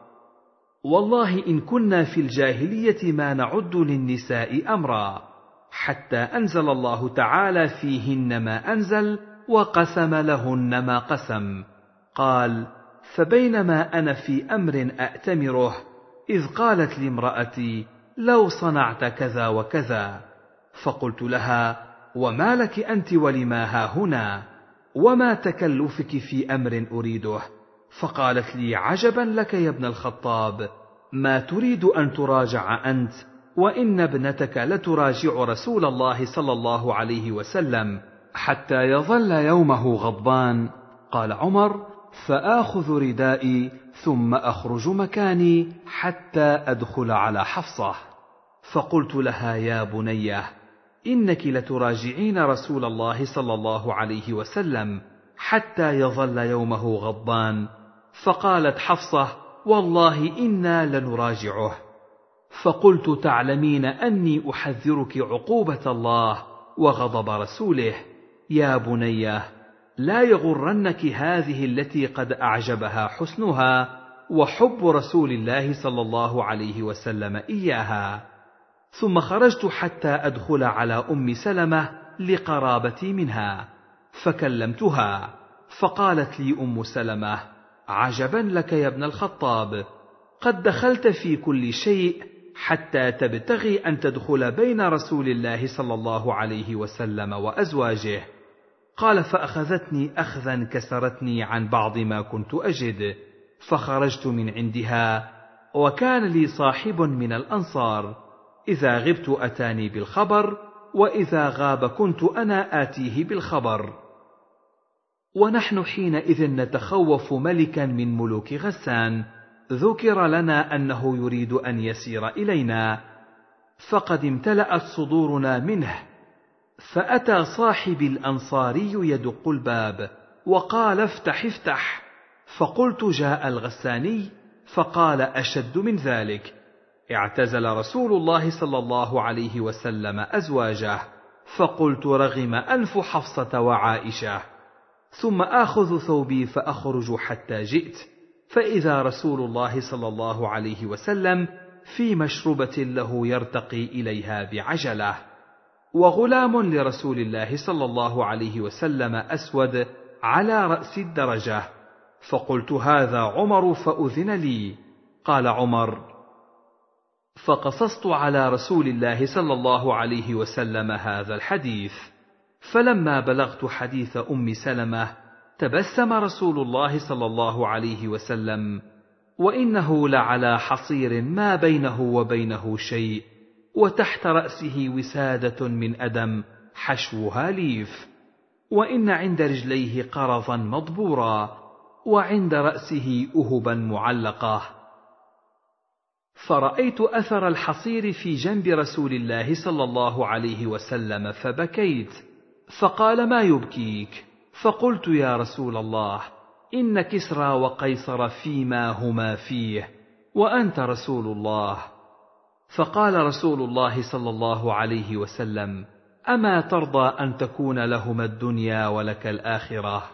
والله إن كنا في الجاهلية ما نعد للنساء أمرا، حتى أنزل الله تعالى فيهن ما أنزل وقسم لهن ما قسم. قال: فبينما أنا في أمر أأتمره إذ قالت لامرأتي: لو صنعت كذا وكذا. فقلت لها: وما لك أنت ولما هاهنا، وما تكلفك في أمر أريده؟ فقالت لي: عجبا لك يا ابن الخطاب، ما تريد أن تراجع أنت، وإن ابنتك لتراجع رسول الله صلى الله عليه وسلم حتى يظل يومه غضبان. قال عمر: فآخذ ردائي ثم أخرج مكاني حتى أدخل على حفصة. فقلت لها: يا بنيه، إنك لتراجعين رسول الله صلى الله عليه وسلم حتى يظل يومه غضبان. فقالت حفصة: والله إنا لنراجعه. فقلت: تعلمين أني أحذرك عقوبة الله وغضب رسوله. يا بنيه، لا يغرنك هذه التي قد أعجبها حسنها وحب رسول الله صلى الله عليه وسلم إياها. ثم خرجت حتى أدخل على أم سلمة لقرابتي منها، فكلمتها، فقالت لي أم سلمة: عجبا لك يا ابن الخطاب، قد دخلت في كل شيء حتى تبتغي أن تدخل بين رسول الله صلى الله عليه وسلم وأزواجه. قال: فأخذتني أخذا كسرتني عن بعض ما كنت أجد، فخرجت من عندها، وكان لي صاحب من الأنصار، إذا غبت أتاني بالخبر، وإذا غاب كنت أنا آتيه بالخبر. ونحن حينئذ نتخوف ملكا من ملوك غسان، ذكر لنا أنه يريد أن يسير إلينا، فقد امتلأت صدورنا منه. فأتى صاحبي الأنصاري يدق الباب، وقال: افتح افتح. فقلت: جاء الغساني. فقال: أشد من ذلك، اعتزل رسول الله صلى الله عليه وسلم أزواجه. فقلت: رغم أنف حفصة وعائشة. ثم آخذ ثوبي فأخرج حتى جئت، فإذا رسول الله صلى الله عليه وسلم في مشربة له يرتقي إليها بعجلة، وغلام لرسول الله صلى الله عليه وسلم أسود على رأس الدرجة. فقلت: هذا عمر، فأذن لي. قال عمر: فقصصت على رسول الله صلى الله عليه وسلم هذا الحديث. فلما بلغت حديث أم سلمة تبسم رسول الله صلى الله عليه وسلم، وإنه لعلى حصير ما بينه وبينه شيء، وتحت رأسه وسادة من أدم حشوها ليف، وإن عند رجليه قرضا مضبورا، وعند رأسه أهبا معلقة. فرأيت أثر الحصير في جنب رسول الله صلى الله عليه وسلم فبكيت، فقال: ما يبكيك؟ فقلت: يا رسول الله، إن كسرى وقيصر فيما هما فيه، وأنت رسول الله. فقال رسول الله صلى الله عليه وسلم: أما ترضى أن تكون لهما الدنيا ولك الآخرة؟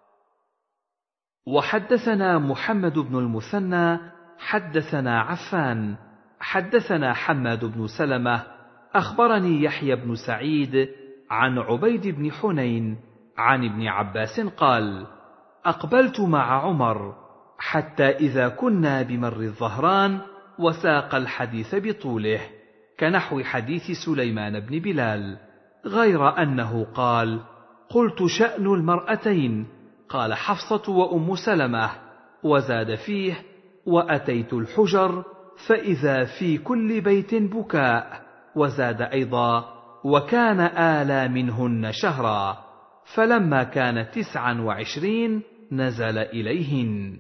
وحدثنا محمد بن المثنى حدثنا عفان حدثنا حماد بن سلمة أخبرني يحيى بن سعيد عن عبيد بن حنين عن ابن عباس قال: أقبلت مع عمر حتى إذا كنا بمر الظهران وساق الحديث بطوله كنحو حديث سليمان بن بلال، غير أنه قال: قلت: شأن المرأتين؟ قال حفصة وأم سلمة، وزاد فيه: وأتيت الحجر فإذا في كل بيت بكاء، وزاد أيضا: وكان آلى منهن شهرا، فلما كان تسعا وعشرين نزل إليهن.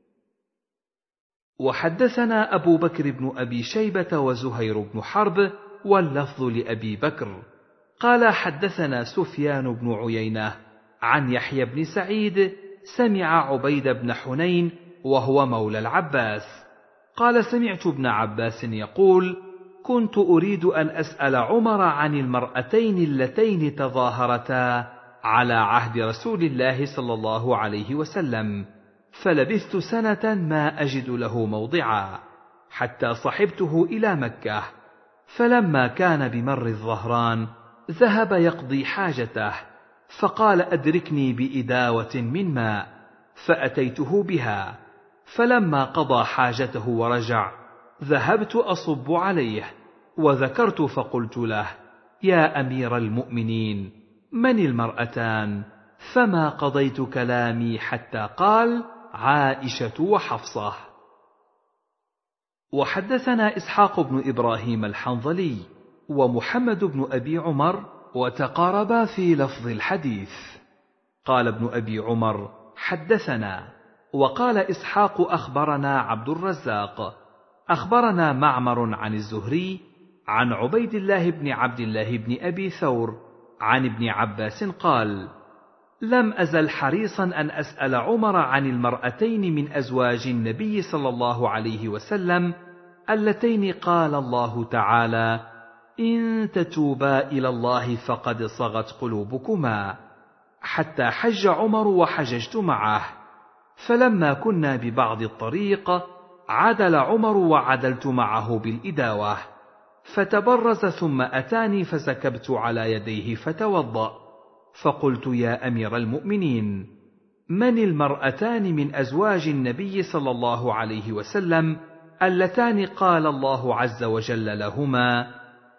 وحدثنا أبو بكر بن أبي شيبة وزهير بن حرب واللفظ لأبي بكر قال: حدثنا سفيان بن عيينة عن يحيى بن سعيد سمع عبيد بن حنين وهو مولى العباس قال: سمعت ابن عباس يقول: كنت أريد أن أسأل عمر عن المرأتين اللتين تظاهرتا على عهد رسول الله صلى الله عليه وسلم، فلبثت سنة ما أجد له موضعا، حتى صحبته إلى مكة، فلما كان بمر الظهران ذهب يقضي حاجته، فقال: أدركني بإداوة من ماء، فأتيته بها، فلما قضى حاجته ورجع ذهبت أصب عليه، وذكرت فقلت له: يا أمير المؤمنين، من المرأتان؟ فما قضيت كلامي حتى قال: عائشة وحفصة. وحدثنا إسحاق بن إبراهيم الحنظلي ومحمد بن أبي عمر وتقاربا في لفظ الحديث. قال ابن أبي عمر: حدثنا. وقال إسحاق: أخبرنا عبد الرزاق أخبرنا معمر عن الزهري عن عبيد الله بن عبد الله بن أبي ثور عن ابن عباس قال: لم أزل حريصا أن أسأل عمر عن المرأتين من أزواج النبي صلى الله عليه وسلم اللتين قال الله تعالى: إن تتوبا إلى الله فقد صغت قلوبكما، حتى حج عمر وحججت معه، فلما كنا ببعض الطريق عدل عمر وعدلت معه بالإداوة، فتبرز ثم أتاني فسكبت على يديه فتوضأ، فقلت: يا أمير المؤمنين، من المرأتان من أزواج النبي صلى الله عليه وسلم اللتان قال الله عز وجل لهما: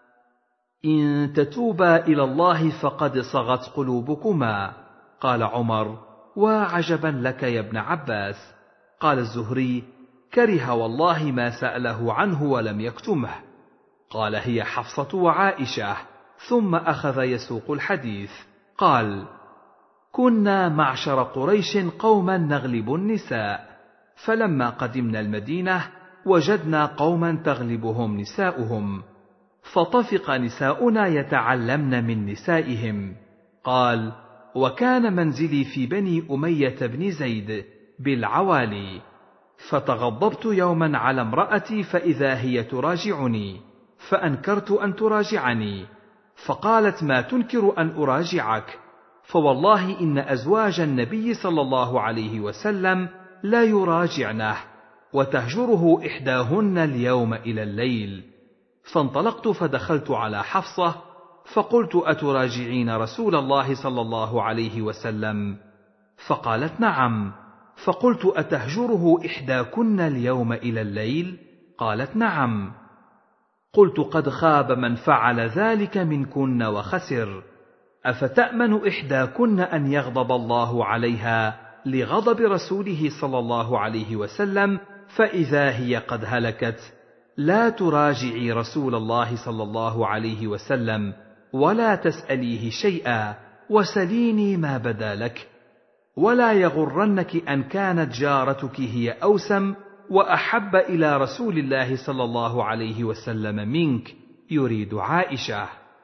إن تتوبا إلى الله فقد صغت قلوبكما؟ قال عمر: وعجبا لك يا ابن عباس. قال الزهري: كره والله ما سأله عنه ولم يكتمه. قال: هي حفصة وعائشة. ثم أخذ يسوق الحديث. قال: كنا معشر قريش قوما نغلب النساء، فلما قدمنا المدينة وجدنا قوما تغلبهم نساؤهم، فطفق نساؤنا يتعلمن من نسائهم. قال: وكان منزلي في بني أمية بن زيد بالعوالي، فتغضبت يوما على امرأتي فإذا هي تراجعني، فأنكرت أن تراجعني، فقالت: ما تنكر أن أراجعك؟ فوالله إن أزواج النبي صلى الله عليه وسلم لا يراجعنه، وتهجره إحداهن اليوم إلى الليل. فانطلقت فدخلت على حفصة فقلت: أتراجعين رسول الله صلى الله عليه وسلم؟ فقالت: نعم. فقلت: أتهجره إحداكن اليوم إلى الليل؟ قالت: نعم. قلت: قد خاب من فعل ذلك منكن وخسر، أفتأمن إحداكن أن يغضب الله عليها لغضب رسوله صلى الله عليه وسلم فإذا هي قد هلكت؟ لا تراجعي رسول الله صلى الله عليه وسلم ولا تسأليه شيئا، وسليني ما بدا لك، ولا يغرنك أن كانت جارتك هي أوسم وأحب إلى رسول الله صلى الله عليه وسلم منك، يريد عائشة.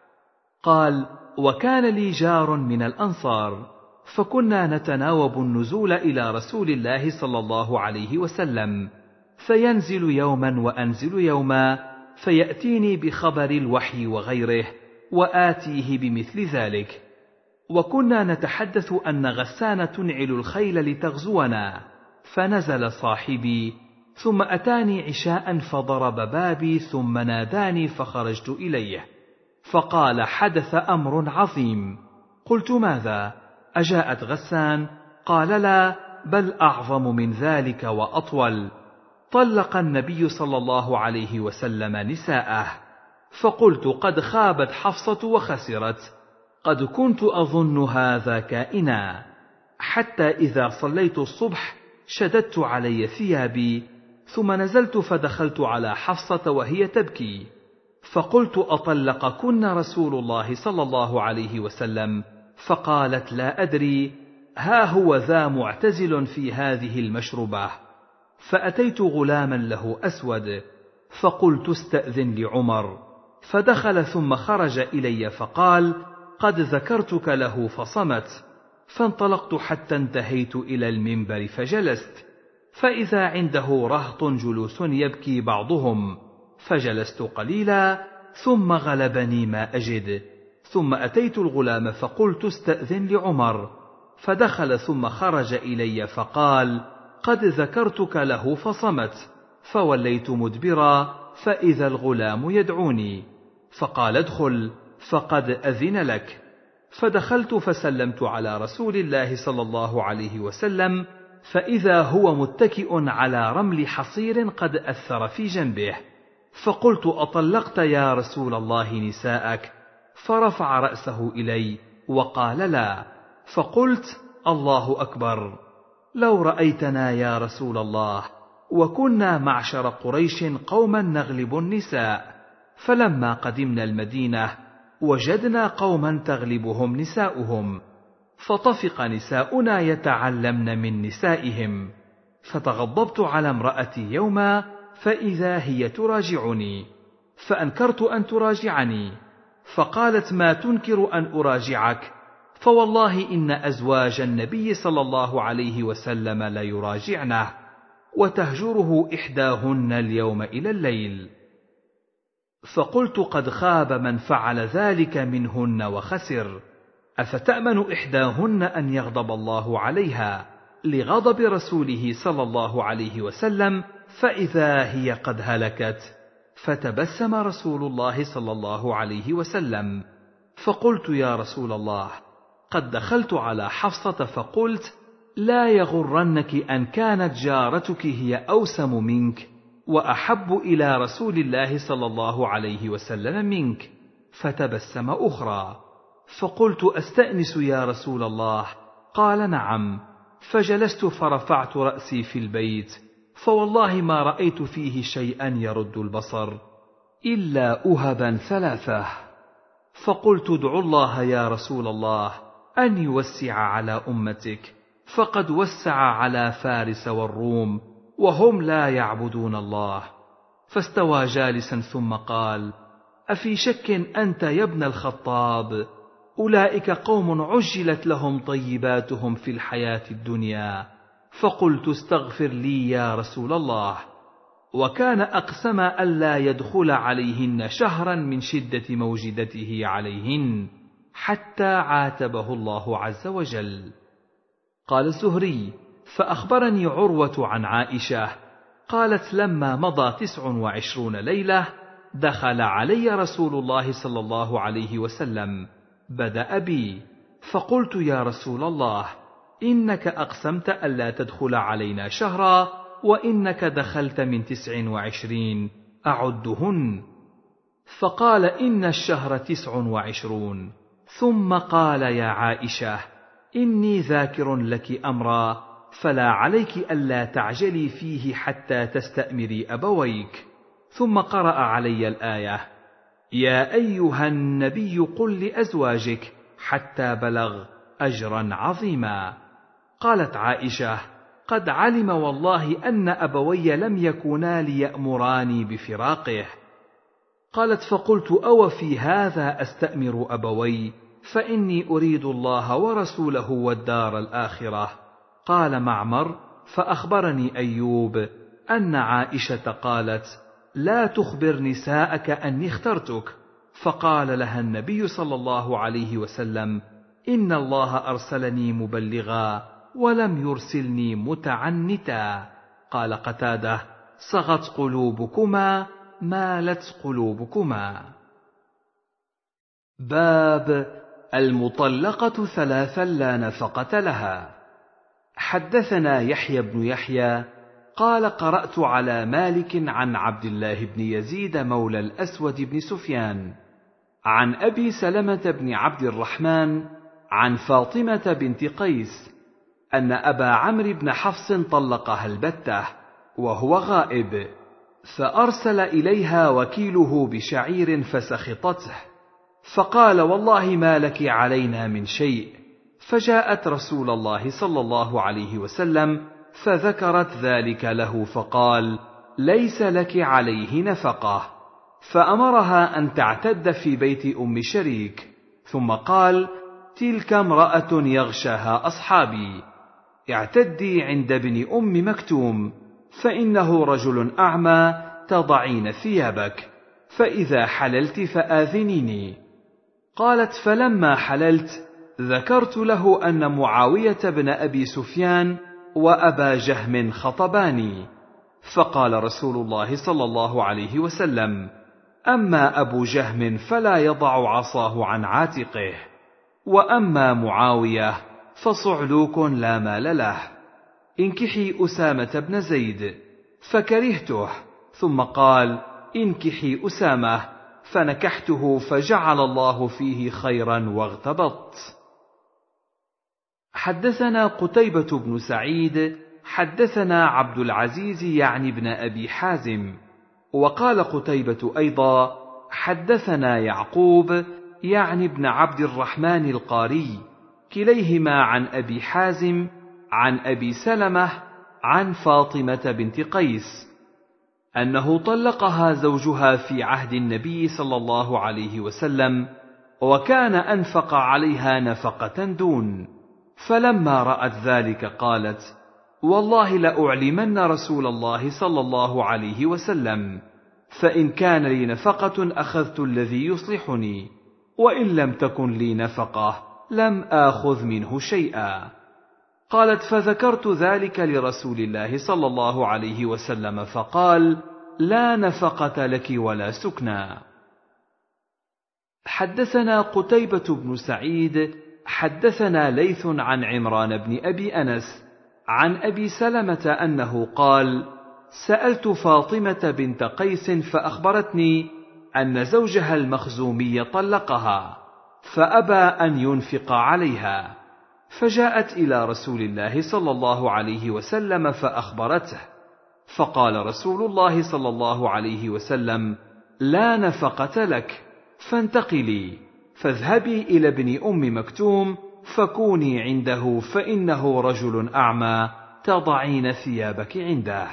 قال: وكان لي جار من الأنصار، فكنا نتناوب النزول إلى رسول الله صلى الله عليه وسلم، فينزل يوما وأنزل يوما، فيأتيني بخبر الوحي وغيره، وآتيه بمثل ذلك. وكنا نتحدث أن غسان تنعل الخيل لتغزونا، فنزل صاحبي، ثم أتاني عشاء فضرب بابي، ثم ناداني فخرجت إليه، فقال: حدث أمر عظيم. قلت: ماذا؟ أجاءت غسان؟ قال: لا، بل أعظم من ذلك وأطول. طلق النبي صلى الله عليه وسلم نساءه. فقلت: قد خابت حفصة وخسرت، قد كنت أظن هذا كائنا، حتى إذا صليت الصبح شددت علي ثيابي، ثم نزلت فدخلت على حفصة وهي تبكي، فقلت: أطلقكن رسول الله صلى الله عليه وسلم؟ فقالت: لا أدري، ها هو ذا معتزل في هذه المشربة. فأتيت غلاما له أسود، فقلت: استأذن لعمر. فدخل ثم خرج إلي فقال: قد ذكرتك له فصمت. فانطلقت حتى انتهيت إلى المنبر فجلست، فإذا عنده رهط جلوس يبكي بعضهم، فجلست قليلا، ثم غلبني ما أجد، ثم أتيت الغلام فقلت: استأذن لعمر. فدخل ثم خرج إلي فقال: قد ذكرتك له فصمت. فوليت مدبرا، فإذا الغلام يدعوني، فقال: ادخل، فقد أذن لك. فدخلت فسلمت على رسول الله صلى الله عليه وسلم، فإذا هو متكئ على رمل حصير قد أثر في جنبه، فقلت: أطلقت يا رسول الله نساءك؟ فرفع رأسه إلي وقال: لا. فقلت: الله أكبر، لو رأيتنا يا رسول الله، وكنا معشر قريش قوما نغلب النساء، فلما قدمنا المدينة وجدنا قوما تغلبهم نساؤهم، فطفق نساؤنا يتعلمن من نسائهم، فتغضبت على امرأتي يوما، فإذا هي تراجعني، فأنكرت أن تراجعني، فقالت: ما تنكر أن أراجعك؟ فوالله إن أزواج النبي صلى الله عليه وسلم ليراجعنه، وتهجره إحداهن اليوم إلى الليل. فقلت: قد خاب من فعل ذلك منهن وخسر، أفتأمن إحداهن أن يغضب الله عليها لغضب رسوله صلى الله عليه وسلم، فإذا هي قد هلكت؟ فتبسم رسول الله صلى الله عليه وسلم. فقلت: يا رسول الله، قد دخلت على حفصة فقلت: لا يغرنك أن كانت جارتك هي أوسم منك وأحب إلى رسول الله صلى الله عليه وسلم منك. فتبسم أخرى. فقلت: أستأنس يا رسول الله؟ قال: نعم. فجلست فرفعت رأسي في البيت، فوالله ما رأيت فيه شيئا يرد البصر إلا أهبا ثلاثة. فقلت: ادع الله يا رسول الله أن يوسع على أمتك، فقد وسع على فارس والروم وهم لا يعبدون الله. فاستوى جالسا ثم قال: أفي شك أنت يا ابن الخطاب؟ أولئك قوم عجلت لهم طيباتهم في الحياة الدنيا. فقلت: استغفر لي يا رسول الله. وكان أقسم ألا يدخل عليهن شهرا من شدة موجدته عليهن، حتى عاتبه الله عز وجل. قال الزهري: فأخبرني عروة عن عائشة قالت: لما مضى تسع وعشرون ليلة دخل علي رسول الله صلى الله عليه وسلم، بدأ بي، فقلت: يا رسول الله، إنك أقسمت ألا تدخل علينا شهرا، وإنك دخلت من تسع وعشرين، أعدهن؟ فقال: إن الشهر تسع وعشرون. ثم قال: يا عائشة، إني ذاكر لك أمرا، فلا عليك ألا تعجلي فيه حتى تستأمري أبويك. ثم قرأ علي الآية: يا أيها النبي قل لأزواجك، حتى بلغ أجرا عظيما. قالت عائشة: قد علم والله أن أبوي لم يكونا ليأمراني بفراقه. قالت: فقلت: أو في هذا أستأمر أبوي؟ فإني أريد الله ورسوله والدار الآخرة. قال معمر: فأخبرني أيوب أن عائشة قالت: لا تخبر نساءك أني اخترتك. فقال لها النبي صلى الله عليه وسلم: إن الله أرسلني مبلغا ولم يرسلني متعنتا. قال قتادة: صغت قلوبكما مالت قلوبكما. باب المطلقة ثلاثا لا نفقة لها. حدثنا يحيى بن يحيى قال: قرأت على مالك عن عبد الله بن يزيد مولى الأسود بن سفيان عن أبي سلمة بن عبد الرحمن عن فاطمة بنت قيس أن أبا عمرو بن حفص طلقها البتة وهو غائب، فأرسل إليها وكيله بشعير فسخطته، فقال: والله ما لك علينا من شيء. فجاءت رسول الله صلى الله عليه وسلم فذكرت ذلك له، فقال: ليس لك عليه نفقة. فأمرها أن تعتد في بيت أم شريك، ثم قال: تلك امرأة يغشاها أصحابي، اعتدي عند ابن أم مكتوم، فإنه رجل أعمى، تضعين ثيابك، فإذا حللت فآذنيني. قالت: فلما حللت ذكرت له أن معاوية بن أبي سفيان وأبا جهم خطباني، فقال رسول الله صلى الله عليه وسلم: أما أبو جهم فلا يضع عصاه عن عاتقه، وأما معاوية فصعلوك لا مال له، انكحي أسامة بن زيد. فكرهته، ثم قال: انكحي أسامة، فنكحته، فجعل الله فيه خيرا واغتبطت. حدثنا قتيبة بن سعيد حدثنا عبد العزيز يعني بن أبي حازم، وقال قتيبة أيضا: حدثنا يعقوب يعني بن عبد الرحمن القاري، كليهما عن أبي حازم عن أبي سلمة عن فاطمة بنت قيس أنه طلقها زوجها في عهد النبي صلى الله عليه وسلم، وكان أنفق عليها نفقة دون. فلما رأت ذلك قالت: والله لأعلمن رسول الله صلى الله عليه وسلم، فإن كان لي نفقة أخذت الذي يصلحني، وإن لم تكن لي نفقة لم آخذ منه شيئا. قالت: فذكرت ذلك لرسول الله صلى الله عليه وسلم، فقال: لا نفقة لك ولا سكنى. حدثنا قتيبة بن سعيد حدثنا ليث عن عمران بن أبي أنس عن أبي سلمة أنه قال: سألت فاطمة بنت قيس فأخبرتني أن زوجها المخزومي طلقها، فأبى أن ينفق عليها، فجاءت إلى رسول الله صلى الله عليه وسلم فأخبرته، فقال رسول الله صلى الله عليه وسلم: لا نفقة لك، فانتقلي، فاذهبي إلى ابن أم مكتوم فكوني عنده، فإنه رجل أعمى، تضعين ثيابك عنده.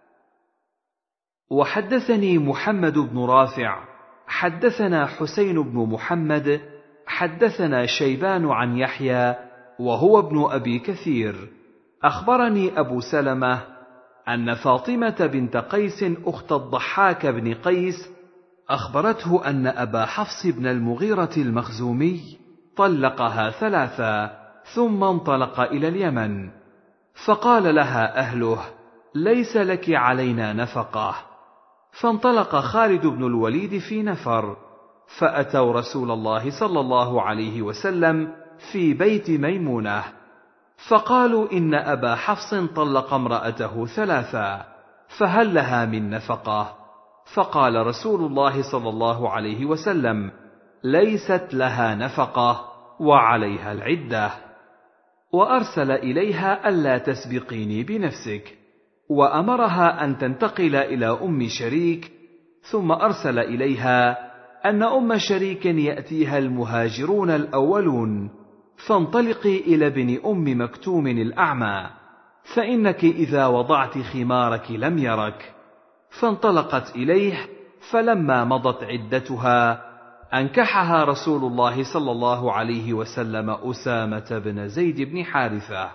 وحدثني محمد بن رافع حدثنا حسين بن محمد حدثنا شيبان عن يحيى وهو ابن أبي كثير أخبرني أبو سلمة أن فاطمة بنت قيس أخت الضحاك بن قيس أخبرته أن أبا حفص بن المغيرة المخزومي طلقها ثلاثا ثم انطلق إلى اليمن، فقال لها أهله: ليس لك علينا نفقة. فانطلق خالد بن الوليد في نفر، فأتوا رسول الله صلى الله عليه وسلم في بيت ميمونة، فقالوا: إن أبا حفص طلق امرأته ثلاثا، فهل لها من نفقة؟ فقال رسول الله صلى الله عليه وسلم: ليست لها نفقة وعليها العدة. وأرسل إليها ألا تسبقيني بنفسك، وأمرها أن تنتقل إلى أم شريك، ثم أرسل إليها أن أم شريك يأتيها المهاجرون الأولون، فانطلقي إلى ابن أم مكتوم الأعمى، فإنك إذا وضعت خمارك لم يرك. فانطلقت إليه، فلما مضت عدتها أنكحها رسول الله صلى الله عليه وسلم أسامة بن زيد بن حارثة.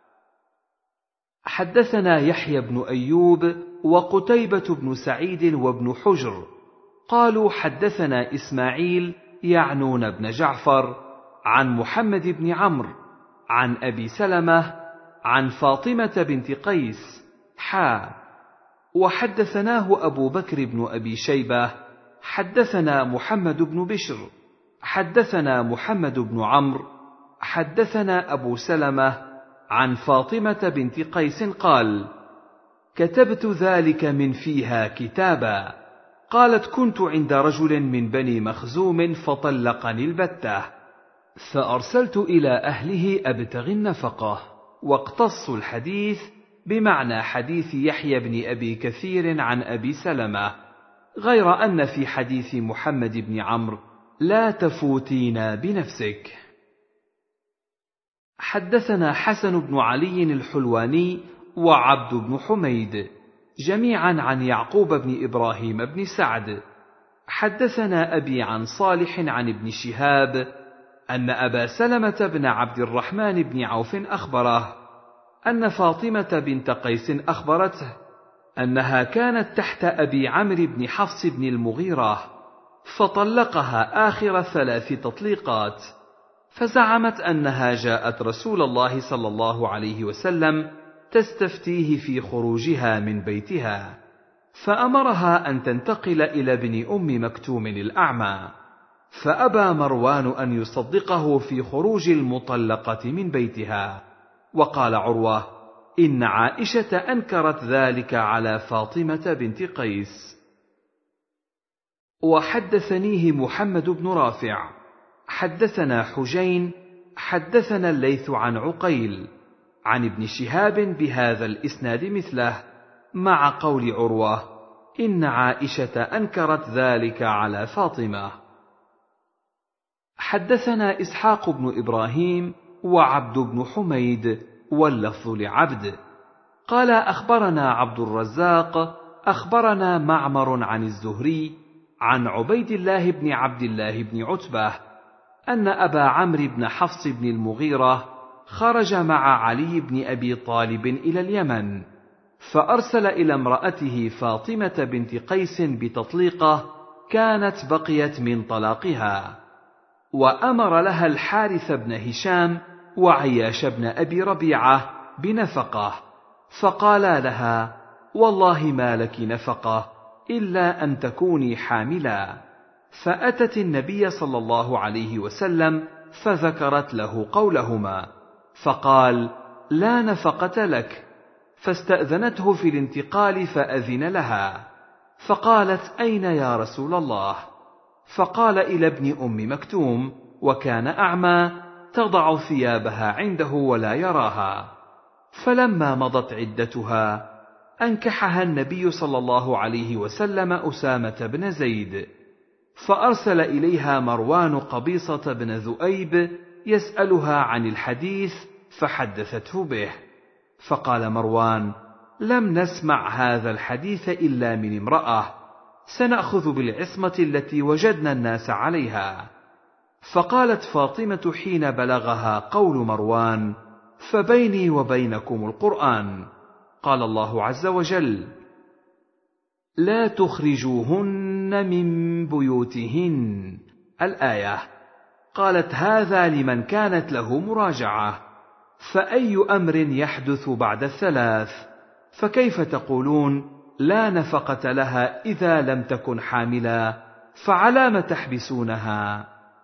حدثنا يحيى بن أيوب وقتيبة بن سعيد وابن حجر قالوا حدثنا إسماعيل يعنون بن جعفر عن محمد بن عمرو عن أبي سلمة عن فاطمة بنت قيس حا. وحدثناه أبو بكر بن أبي شيبة حدثنا محمد بن بشر حدثنا محمد بن عمرو حدثنا أبو سلمة عن فاطمة بنت قيس قال: كتبت ذلك من فيها كتابا. قالت: كنت عند رجل من بني مخزوم فطلقني البتة، فأرسلت إلى أهله أبتغي النفقة. واقتص الحديث بمعنى حديث يحيى بن أبي كثير عن أبي سلمة، غير أن في حديث محمد بن عمرو لا تفوتينا بنفسك. حدثنا حسن بن علي الحلواني وعبد بن حميد جميعا عن يعقوب بن إبراهيم بن سعد. حدثنا أبي عن صالح عن ابن شهاب أن أبا سلمة بن عبد الرحمن بن عوف أخبره أن فاطمة بنت قيس أخبرته أنها كانت تحت أبي عمرو بن حفص بن المغيرة، فطلقها آخر ثلاث تطليقات، فزعمت أنها جاءت رسول الله صلى الله عليه وسلم تستفتيه في خروجها من بيتها، فأمرها أن تنتقل إلى ابن أم مكتوم الأعمى، فأبى مروان أن يصدقه في خروج المطلقة من بيتها. وقال عروة: إن عائشة أنكرت ذلك على فاطمة بنت قيس. وحدثنيه محمد بن رافع حدثنا حجين حدثنا الليث عن عقيل عن ابن شهاب بهذا الإسناد مثله، مع قول عروة: إن عائشة أنكرت ذلك على فاطمة. حدثنا إسحاق بن إبراهيم وعبد بن حميد واللفظ لعبد قال: أخبرنا عبد الرزاق أخبرنا معمر عن الزهري عن عبيد الله بن عبد الله بن عتبة أن أبا عمرو بن حفص بن المغيرة خرج مع علي بن أبي طالب إلى اليمن، فأرسل إلى امرأته فاطمة بنت قيس بتطليقة كانت بقيت من طلاقها، وأمر لها الحارث بن هشام وعياش بن أبي ربيعة بنفقة، فقالا لها: والله ما لك نفقة إلا أن تكوني حاملا. فأتت النبي صلى الله عليه وسلم فذكرت له قولهما، فقال: لا نفقة لك. فاستأذنته في الانتقال فأذن لها، فقالت: أين يا رسول الله؟ فقال: إلى ابن أم مكتوم، وكان أعمى، تضع ثيابها عنده ولا يراها. فلما مضت عدتها أنكحها النبي صلى الله عليه وسلم أسامة بن زيد، فأرسل إليها مروان قبيصة بن ذؤيب يسألها عن الحديث، فحدثته به. فقال مروان: لم نسمع هذا الحديث إلا من امرأة، سنأخذ بالعصمة التي وجدنا الناس عليها. فقالت فاطمة حين بلغها قول مروان: فبيني وبينكم القرآن، قال الله عز وجل: لا تخرجوهن من بيوتهن، الآية. قالت: هذا لمن كانت له مراجعة، فأي أمر يحدث بعد الثلاث؟ فكيف تقولون لا نفقة لها إذا لم تكن حاملا؟ فعلام تحبسونها؟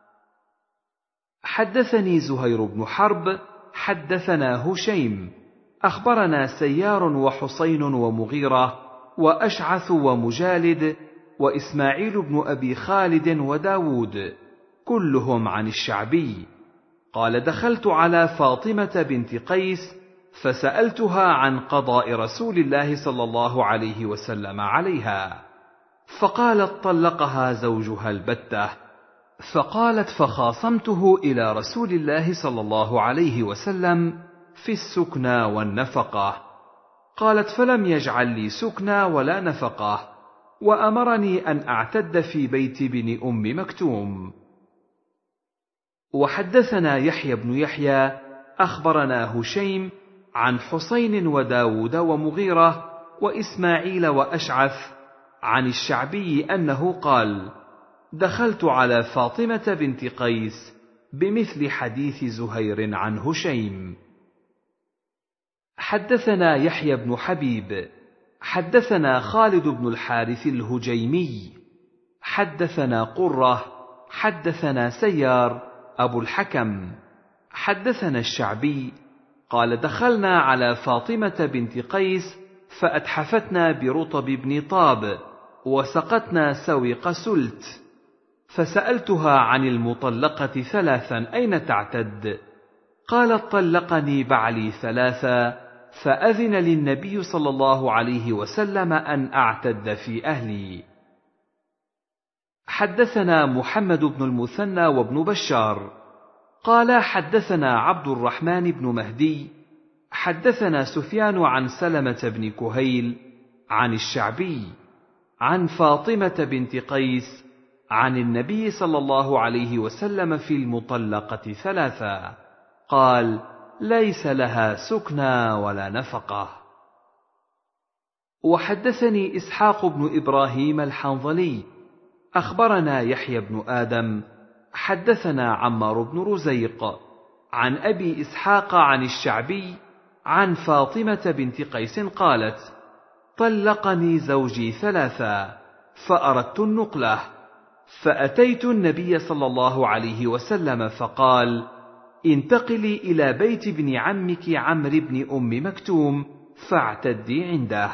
حدثني زهير بن حرب حدثنا هشيم أخبرنا سيار وحسين ومغيرة وأشعث ومجالد وإسماعيل بن أبي خالد وداود كلهم عن الشعبي قال: دخلت على فاطمة بنت قيس فسألتها عن قضاء رسول الله صلى الله عليه وسلم عليها، فقالت: طلقها زوجها البتة. فقالت: فخاصمته إلى رسول الله صلى الله عليه وسلم، في السكنى والنفقة. قالت: فلم يجعل لي سكنى ولا نفقة، وأمرني أن أعتد في بيت بن أم مكتوم. وحدثنا يحيى بن يحيى أخبرنا هشيم عن حسين وداود ومغيرة وإسماعيل وأشعث عن الشعبي أنه قال: دخلت على فاطمة بنت قيس بمثل حديث زهير عن هشيم. حدثنا يحيى بن حبيب حدثنا خالد بن الحارث الهجيمي حدثنا قرة حدثنا سيار أبو الحكم حدثنا الشعبي قال: دخلنا على فاطمة بنت قيس فأتحفتنا برطب بن طاب وسقتنا سويق سلت، فسألتها عن المطلقة ثلاثا أين تعتد؟ قالت: طلقني بعلي ثلاثا، فأذن للنبي صلى الله عليه وسلم أن أعتد في أهلي. حدثنا محمد بن المثنى وابن بشار قال: حدثنا عبد الرحمن بن مهدي حدثنا سفيان عن سلمة بن كهيل عن الشعبي عن فاطمة بنت قيس عن النبي صلى الله عليه وسلم في المطلقة ثلاثا، قال: ليس لها سكنى ولا نفقة. وحدثني إسحاق بن إبراهيم الحنظلي أخبرنا يحيى بن آدم حدثنا عمار بن رزيق عن أبي إسحاق عن الشعبي عن فاطمة بنت قيس قالت: طلقني زوجي ثلاثا، فأردت النقلة، فأتيت النبي صلى الله عليه وسلم فقال: انتقلي إلى بيت ابن عمك عمرو بن أم مكتوم فاعتدي عنده.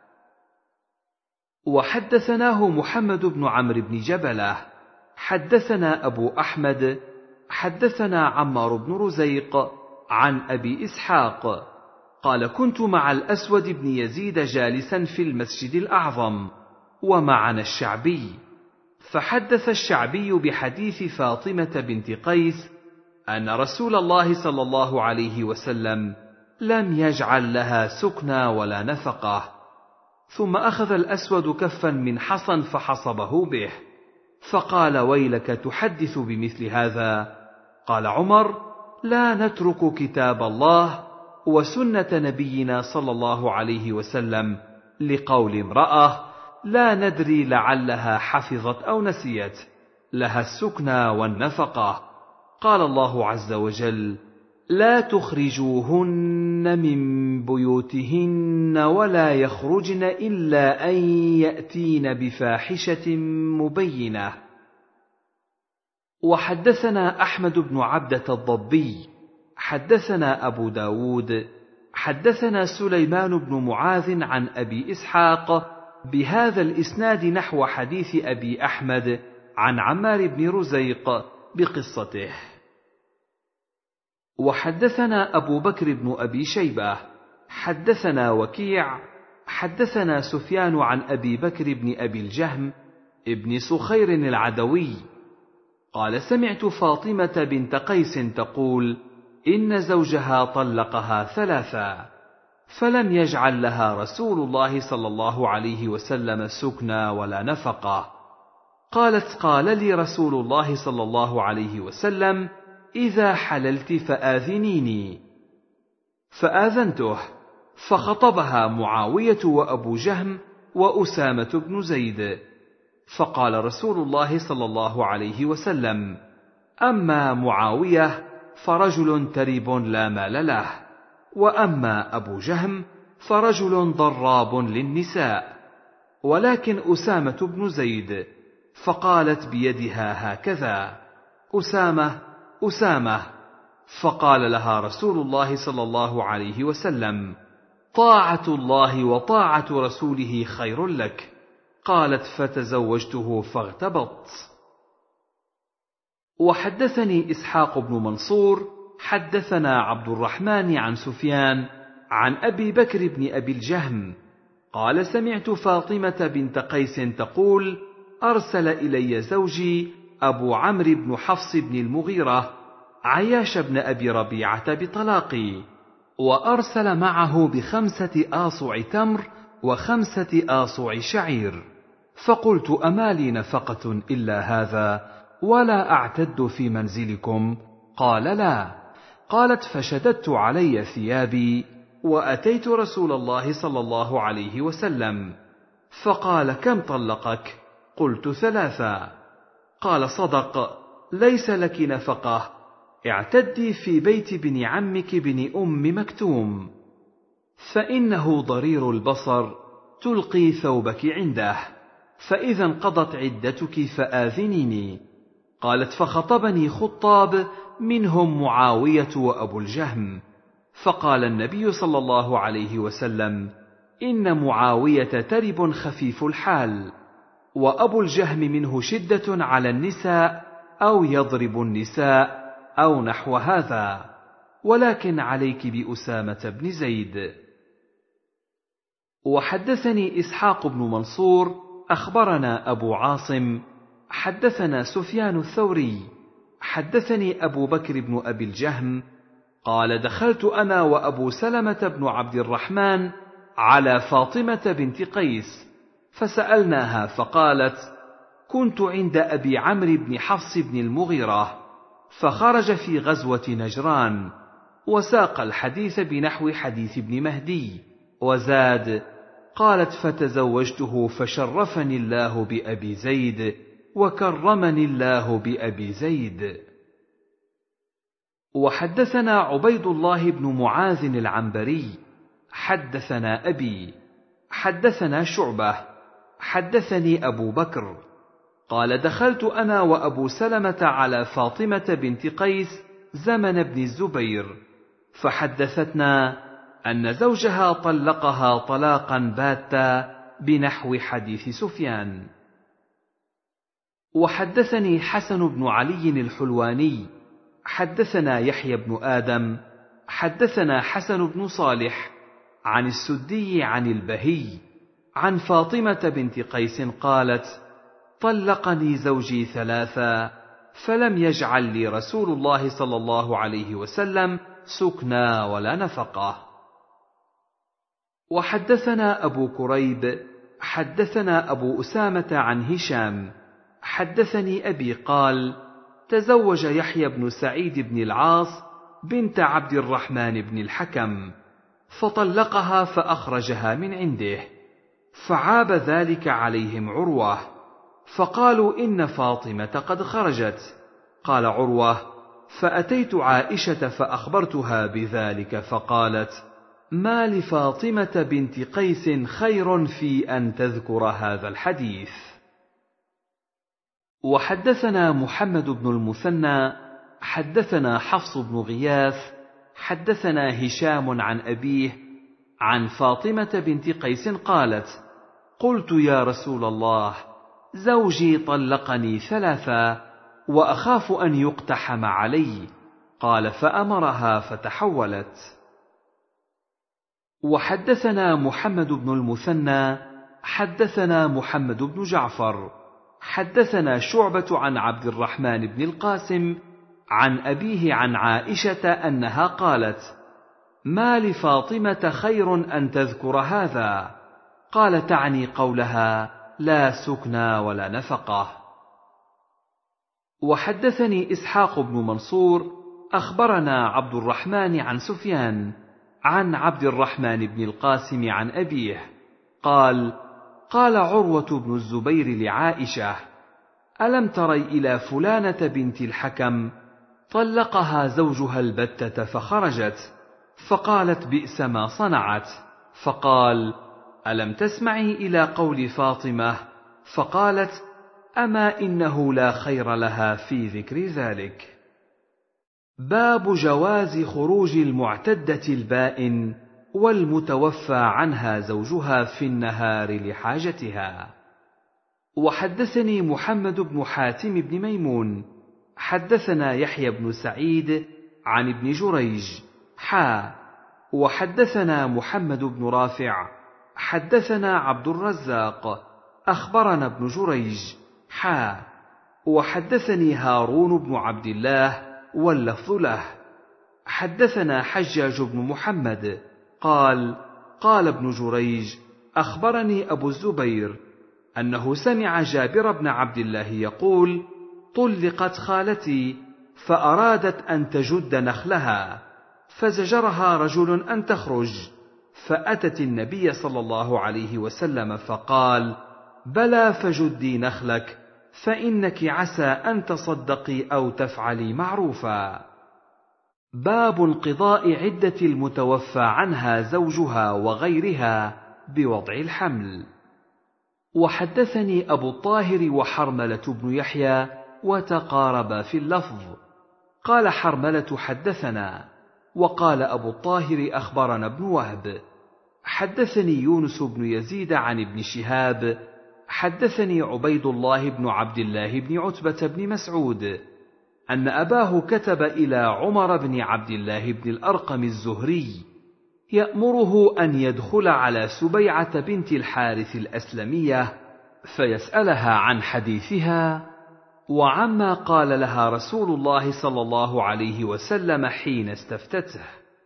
وحدثناه محمد بن عمرو بن جبلة حدثنا أبو أحمد حدثنا عمار بن رزيق عن أبي إسحاق قال: كنت مع الأسود بن يزيد جالسا في المسجد الأعظم ومعنا الشعبي، فحدث الشعبي بحديث فاطمة بنت قيس أن رسول الله صلى الله عليه وسلم لم يجعل لها سكنى ولا نفقة. ثم أخذ الأسود كفا من حصى فحصبه به، فقال: ويلك تحدث بمثل هذا؟ قال عمر: لا نترك كتاب الله وسنة نبينا صلى الله عليه وسلم لقول امرأة لا ندري لعلها حفظت أو نسيت، لها السكنى والنفقة. قال الله عز وجل: لا تخرجوهن من بيوتهن ولا يخرجن إلا أن يأتين بفاحشة مبينة. وحدثنا أحمد بن عبدة الضبي حدثنا أبو داود حدثنا سليمان بن معاذ عن أبي إسحاق بهذا الإسناد نحو حديث أبي أحمد عن عمار بن رزيق بقصته. وحدثنا أبو بكر بن أبي شيبة حدثنا وكيع حدثنا سفيان عن أبي بكر بن أبي الجهم ابن سخير العدوي قال: سمعت فاطمة بنت قيس تقول: إن زوجها طلقها ثلاثا، فلم يجعل لها رسول الله صلى الله عليه وسلم سكنى ولا نفقة. قالت: قال لي رسول الله صلى الله عليه وسلم: إذا حللت فآذنيني، فآذنته، فخطبها معاوية وأبو جهم وأسامة بن زيد، فقال رسول الله صلى الله عليه وسلم: أما معاوية فرجل تريب لا مال له، وأما أبو جهم فرجل ضراب للنساء، ولكن أسامة بن زيد. فقالت بيدها هكذا: أسامة أسامة. فقال لها رسول الله صلى الله عليه وسلم: طاعة الله وطاعة رسوله خير لك. قالت: فتزوجته فاغتبطت. وحدثني إسحاق بن منصور حدثنا عبد الرحمن عن سفيان عن أبي بكر بن أبي الجهم قال: سمعت فاطمة بنت قيس تقول: أرسل إلي زوجي أبو عمرو بن حفص بن المغيرة عياش بن أبي ربيعة بطلاقي، وأرسل معه بخمسة آصع تمر وخمسة آصع شعير. فقلت: أما لي نفقة إلا هذا ولا أعتد في منزلكم؟ قال: لا. قالت: فشددت علي ثيابي وأتيت رسول الله صلى الله عليه وسلم، فقال: كم طلقك؟ قلت: ثلاثا. قال: صدق، ليس لك نفقة، اعتدي في بيت بن عمك بن أم مكتوم، فإنه ضرير البصر، تلقي ثوبك عنده، فإذا انقضت عدتك فآذنيني. قالت: فخطبني خطاب منهم معاوية وأبو الجهم، فقال النبي صلى الله عليه وسلم: إن معاوية ترب خفيف الحال، وأبو الجهم منه شدة على النساء أو يضرب النساء أو نحو هذا، ولكن عليك بأسامة بن زيد. وحدثني إسحاق بن منصور أخبرنا أبو عاصم حدثنا سفيان الثوري حدثني أبو بكر بن أبي الجهم قال: دخلت أنا وأبو سلمة بن عبد الرحمن على فاطمة بنت قيس فسألناها، فقالت: كنت عند أبي عمرو بن حفص بن المغيرة فخرج في غزوة نجران، وساق الحديث بنحو حديث ابن مهدي، وزاد: قالت: فتزوجته فشرفني الله بأبي زيد وكرمني الله بأبي زيد. وحدثنا عبيد الله بن معاذ العنبري حدثنا أبي حدثنا شعبة حدثني أبو بكر قال: دخلت أنا وأبو سلمة على فاطمة بنت قيس زمن ابن الزبير، فحدثتنا أن زوجها طلقها طلاقا باتا بنحو حديث سفيان. وحدثني حسن بن علي الحلواني حدثنا يحيى بن آدم حدثنا حسن بن صالح عن السدي عن البهي عن فاطمة بنت قيس قالت: طلقني زوجي ثلاثا، فلم يجعل لي رسول الله صلى الله عليه وسلم سكنا ولا نفقة. وحدثنا أبو كريب حدثنا أبو أسامة عن هشام حدثني أبي قال: تزوج يحيى بن سعيد بن العاص بنت عبد الرحمن بن الحكم، فطلقها فأخرجها من عنده، فعاب ذلك عليهم عروة، فقالوا: إن فاطمة قد خرجت. قال عروة: فأتيت عائشة فأخبرتها بذلك، فقالت: ما لفاطمة بنت قيس خير في أن تذكر هذا الحديث. وحدثنا محمد بن المثنى حدثنا حفص بن غياث حدثنا هشام عن أبيه عن فاطمة بنت قيس قالت: قلت: يا رسول الله، زوجي طلقني ثلاثا وأخاف أن يقتحم علي. قال: فأمرها فتحولت. وحدثنا محمد بن المثنى حدثنا محمد بن جعفر حدثنا شعبة عن عبد الرحمن بن القاسم عن أبيه عن عائشة أنها قالت: ما لفاطمة خير أن تذكر هذا؟ قال: تعني قولها: لا سكنى ولا نفقة. وحدثني إسحاق بن منصور أخبرنا عبد الرحمن عن سفيان عن عبد الرحمن بن القاسم عن أبيه قال: قال عروة بن الزبير لعائشة: ألم تري إلى فلانة بنت الحكم طلقها زوجها البتة فخرجت، فقالت: بئس ما صنعت. فقال: ألم تسمعي إلى قول فاطمة؟ فقالت: أما إنه لا خير لها في ذكر ذلك. باب جواز خروج المعتدة البائن والمتوفى عنها زوجها في النهار لحاجتها. وحدثني محمد بن حاتم بن ميمون حدثنا يحيى بن سعيد عن ابن جريج حا وحدثنا محمد بن رافع حدثنا عبد الرزاق أخبرنا ابن جريج حا وحدثني هارون بن عبد الله واللفظ له حدثنا حجاج بن محمد قال قال ابن جريج أخبرني أبو الزبير أنه سمع جابر بن عبد الله يقول طلقت خالتي فأرادت أن تجد نخلها فزجرها رجل أن تخرج، فأتت النبي صلى الله عليه وسلم فقال بلى فجدي نخلك فإنك عسى أن تصدقي أو تفعلي معروفا. باب انقضاء عدة المتوفى عنها زوجها وغيرها بوضع الحمل. وحدثني أبو الطاهر وحرملة بن يحيى وتقاربا في اللفظ، قال حرملة حدثنا، وقال أبو الطاهر أخبرنا ابن وهب. حدثني يونس بن يزيد عن ابن شهاب حدثني عبيد الله بن عبد الله بن عتبة بن مسعود أن أباه كتب إلى عمر بن عبد الله بن الأرقم الزهري يأمره أن يدخل على سبيعة بنت الحارث الأسلمية فيسألها عن حديثها وعما قال لها رسول الله صلى الله عليه وسلم حين استفتته.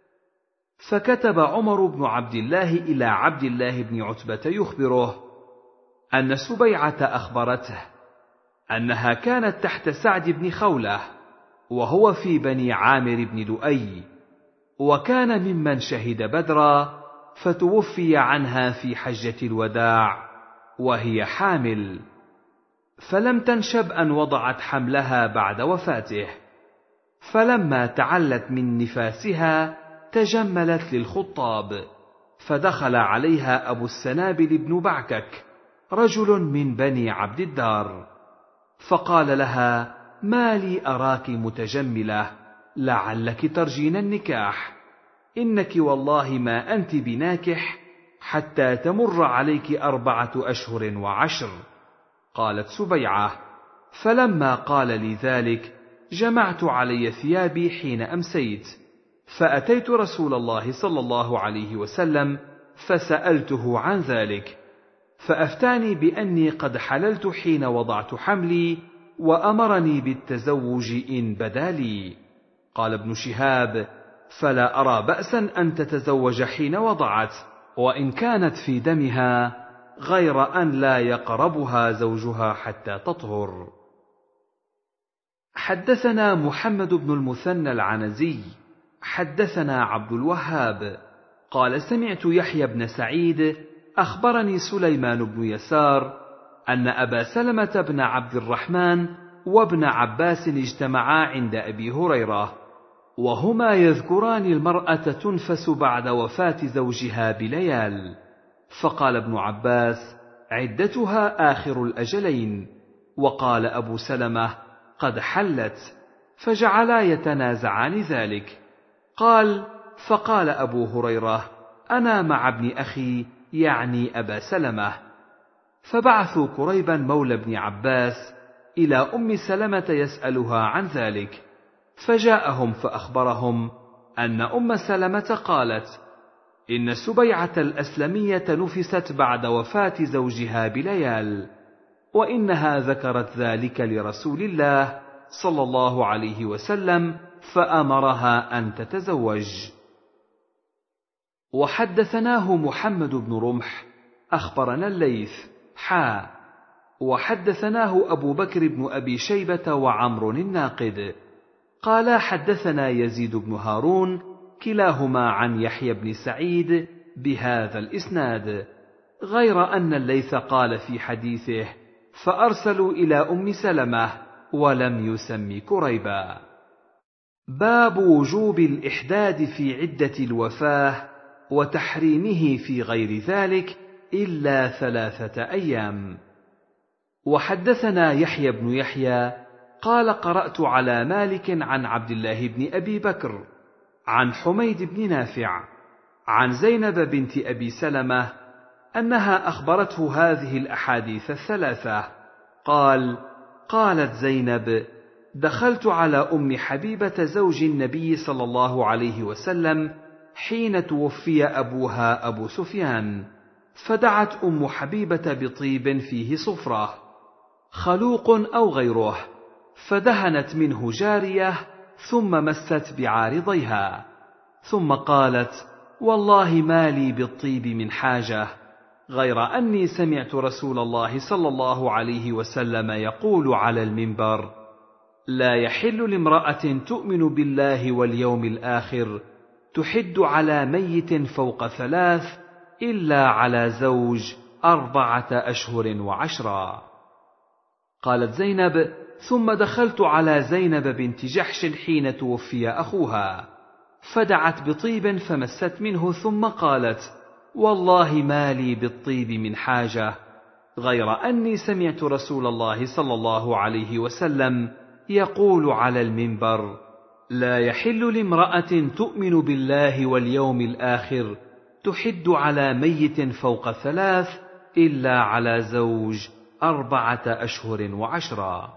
فكتب عمر بن عبد الله إلى عبد الله بن عتبة يخبره أن سبيعة أخبرته أنها كانت تحت سعد بن خولة وهو في بني عامر بن لؤي، وكان ممن شهد بدرا، فتوفي عنها في حجة الوداع وهي حامل، فلم تنشب أن وضعت حملها بعد وفاته، فلما تعلت من نفاسها تجملت للخطاب، فدخل عليها أبو السنابل بن بعكك رجل من بني عبد الدار، فقال لها ما لي أراك متجملة، لعلك ترجين النكاح، إنك والله ما أنت بناكح حتى تمر عليك أربعة أشهر وعشر. قالت سبيعة فلما قال لي ذلك جمعت علي ثيابي حين أمسيت، فأتيت رسول الله صلى الله عليه وسلم فسألته عن ذلك، فأفتاني بأني قد حللت حين وضعت حملي، وأمرني بالتزوج إن بدا لي. قال ابن شهاب فلا أرى بأسا أن تتزوج حين وضعت، وإن كانت في دمها، غير أن لا يقربها زوجها حتى تطهر. حدثنا محمد بن المثنى العنزي حدثنا عبد الوهاب قال سمعت يحيى بن سعيد أخبرني سليمان بن يسار أن أبا سلمة بن عبد الرحمن وابن عباس اجتمعا عند أبي هريرة، وهما يذكران المرأة تنفس بعد وفاة زوجها بليال، فقال ابن عباس عدتها آخر الأجلين، وقال أبو سلمة قد حلت، فجعلا يتنازعان ذلك. قال فقال أبو هريرة أنا مع ابن أخي يعني أبا سلمة، فبعثوا كريبا مولى ابن عباس إلى أم سلمة يسألها عن ذلك، فجاءهم فأخبرهم أن أم سلمة قالت إن سبيعة الأسلمية نفست بعد وفاة زوجها بليال، وإنها ذكرت ذلك لرسول الله صلى الله عليه وسلم فأمرها أن تتزوج. وحدثناه محمد بن رمح أخبرنا الليث حا وحدثناه أبو بكر بن أبي شيبة وعمر الناقد قال حدثنا يزيد بن هارون كلاهما عن يحيى بن سعيد بهذا الإسناد، غير أن الليث قال في حديثه فأرسلوا إلى أم سلمة ولم يسم كريبا. باب وجوب الإحداد في عدة الوفاة وتحريمه في غير ذلك إلا ثلاثة أيام. وحدثنا يحيى بن يحيى قال قرأت على مالك عن عبد الله بن أبي بكر عن حميد بن نافع عن زينب بنت أبي سلمة أنها أخبرته هذه الأحاديث الثلاثة. قال قالت زينب دخلت على أم حبيبة زوج النبي صلى الله عليه وسلم حين توفي أبوها أبو سفيان، فدعت أم حبيبة بطيب فيه صفرة خلوق أو غيره، فدهنت منه جارية ثم مست بعارضيها، ثم قالت: والله ما لي بالطيب من حاجة، غير أني سمعت رسول الله صلى الله عليه وسلم يقول على المنبر: لا يحل لامرأة تؤمن بالله واليوم الآخر تحد على ميت فوق ثلاث إلا على زوج أربعة أشهر وعشرا. قالت زينب: ثم دخلت على زينب بنت جحش حين توفي أخوها، فدعت بطيب فمست منه، ثم قالت: والله ما لي بالطيب من حاجة، غير أني سمعت رسول الله صلى الله عليه وسلم يقول على المنبر: لا يحل لامرأة تؤمن بالله واليوم الآخر تحد على ميت فوق ثلاث إلا على زوج أربعة أشهر وعشرا.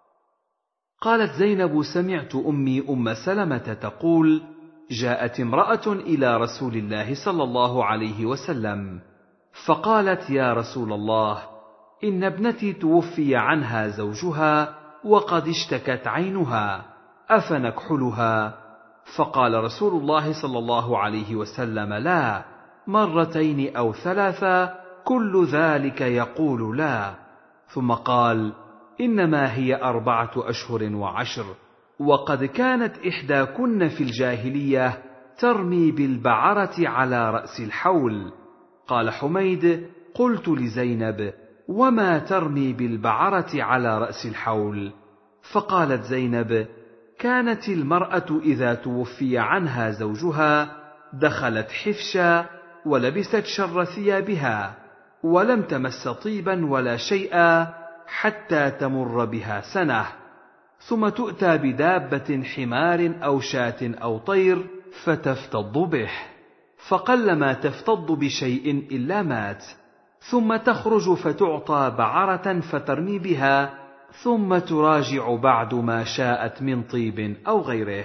قالت زينب: سمعت أمي أم سلمة تقول: جاءت امرأة إلى رسول الله صلى الله عليه وسلم فقالت: يا رسول الله، إن ابنتي توفي عنها زوجها وقد اشتكت عينها، أفنكحلها؟ فقال رسول الله صلى الله عليه وسلم: لا، مرتين أو ثلاثا، كل ذلك يقول لا. ثم قال: إنما هي أربعة أشهر وعشر، وقد كانت إحداكن في الجاهلية ترمي بالبعرة على رأس الحول. قال حميد: قلت لزينب: وما ترمي بالبعرة على رأس الحول؟ فقالت زينب: كانت المرأة إذا توفي عنها زوجها دخلت حفشا ولبست شر ثيابها ولم تمس طيبا ولا شيئا حتى تمر بها سنة، ثم تؤتى بدابة حمار أو شاة أو طير فتفتض به، فقلما تفتض بشيء إلا مات، ثم تخرج فتعطى بعرة فترمي بها، ثم تراجع بعد ما شاءت من طيب أو غيره.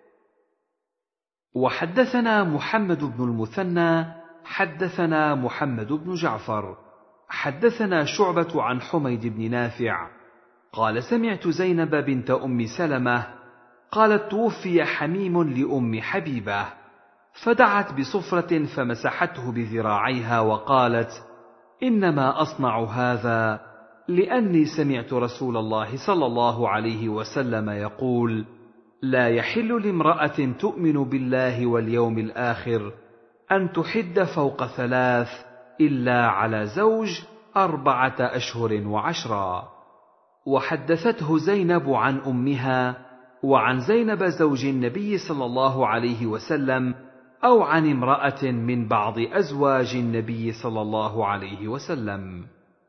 وحدثنا محمد بن المثنى حدثنا محمد بن جعفر حدثنا شعبة عن حميد بن نافع قال: سمعت زينب بنت أم سلمة قالت: توفي حميم لأم حبيبة، فدعت بصفرة فمسحته بذراعيها وقالت: إنما أصنع هذا لأني سمعت رسول الله صلى الله عليه وسلم يقول: لا يحل لامرأة تؤمن بالله واليوم الآخر أن تحد فوق ثلاث إلا على زوج أربعة أشهر وعشرا. وحدثته زينب عن أمها وعن زينب زوج النبي صلى الله عليه وسلم أو عن امرأة من بعض أزواج النبي صلى الله عليه وسلم.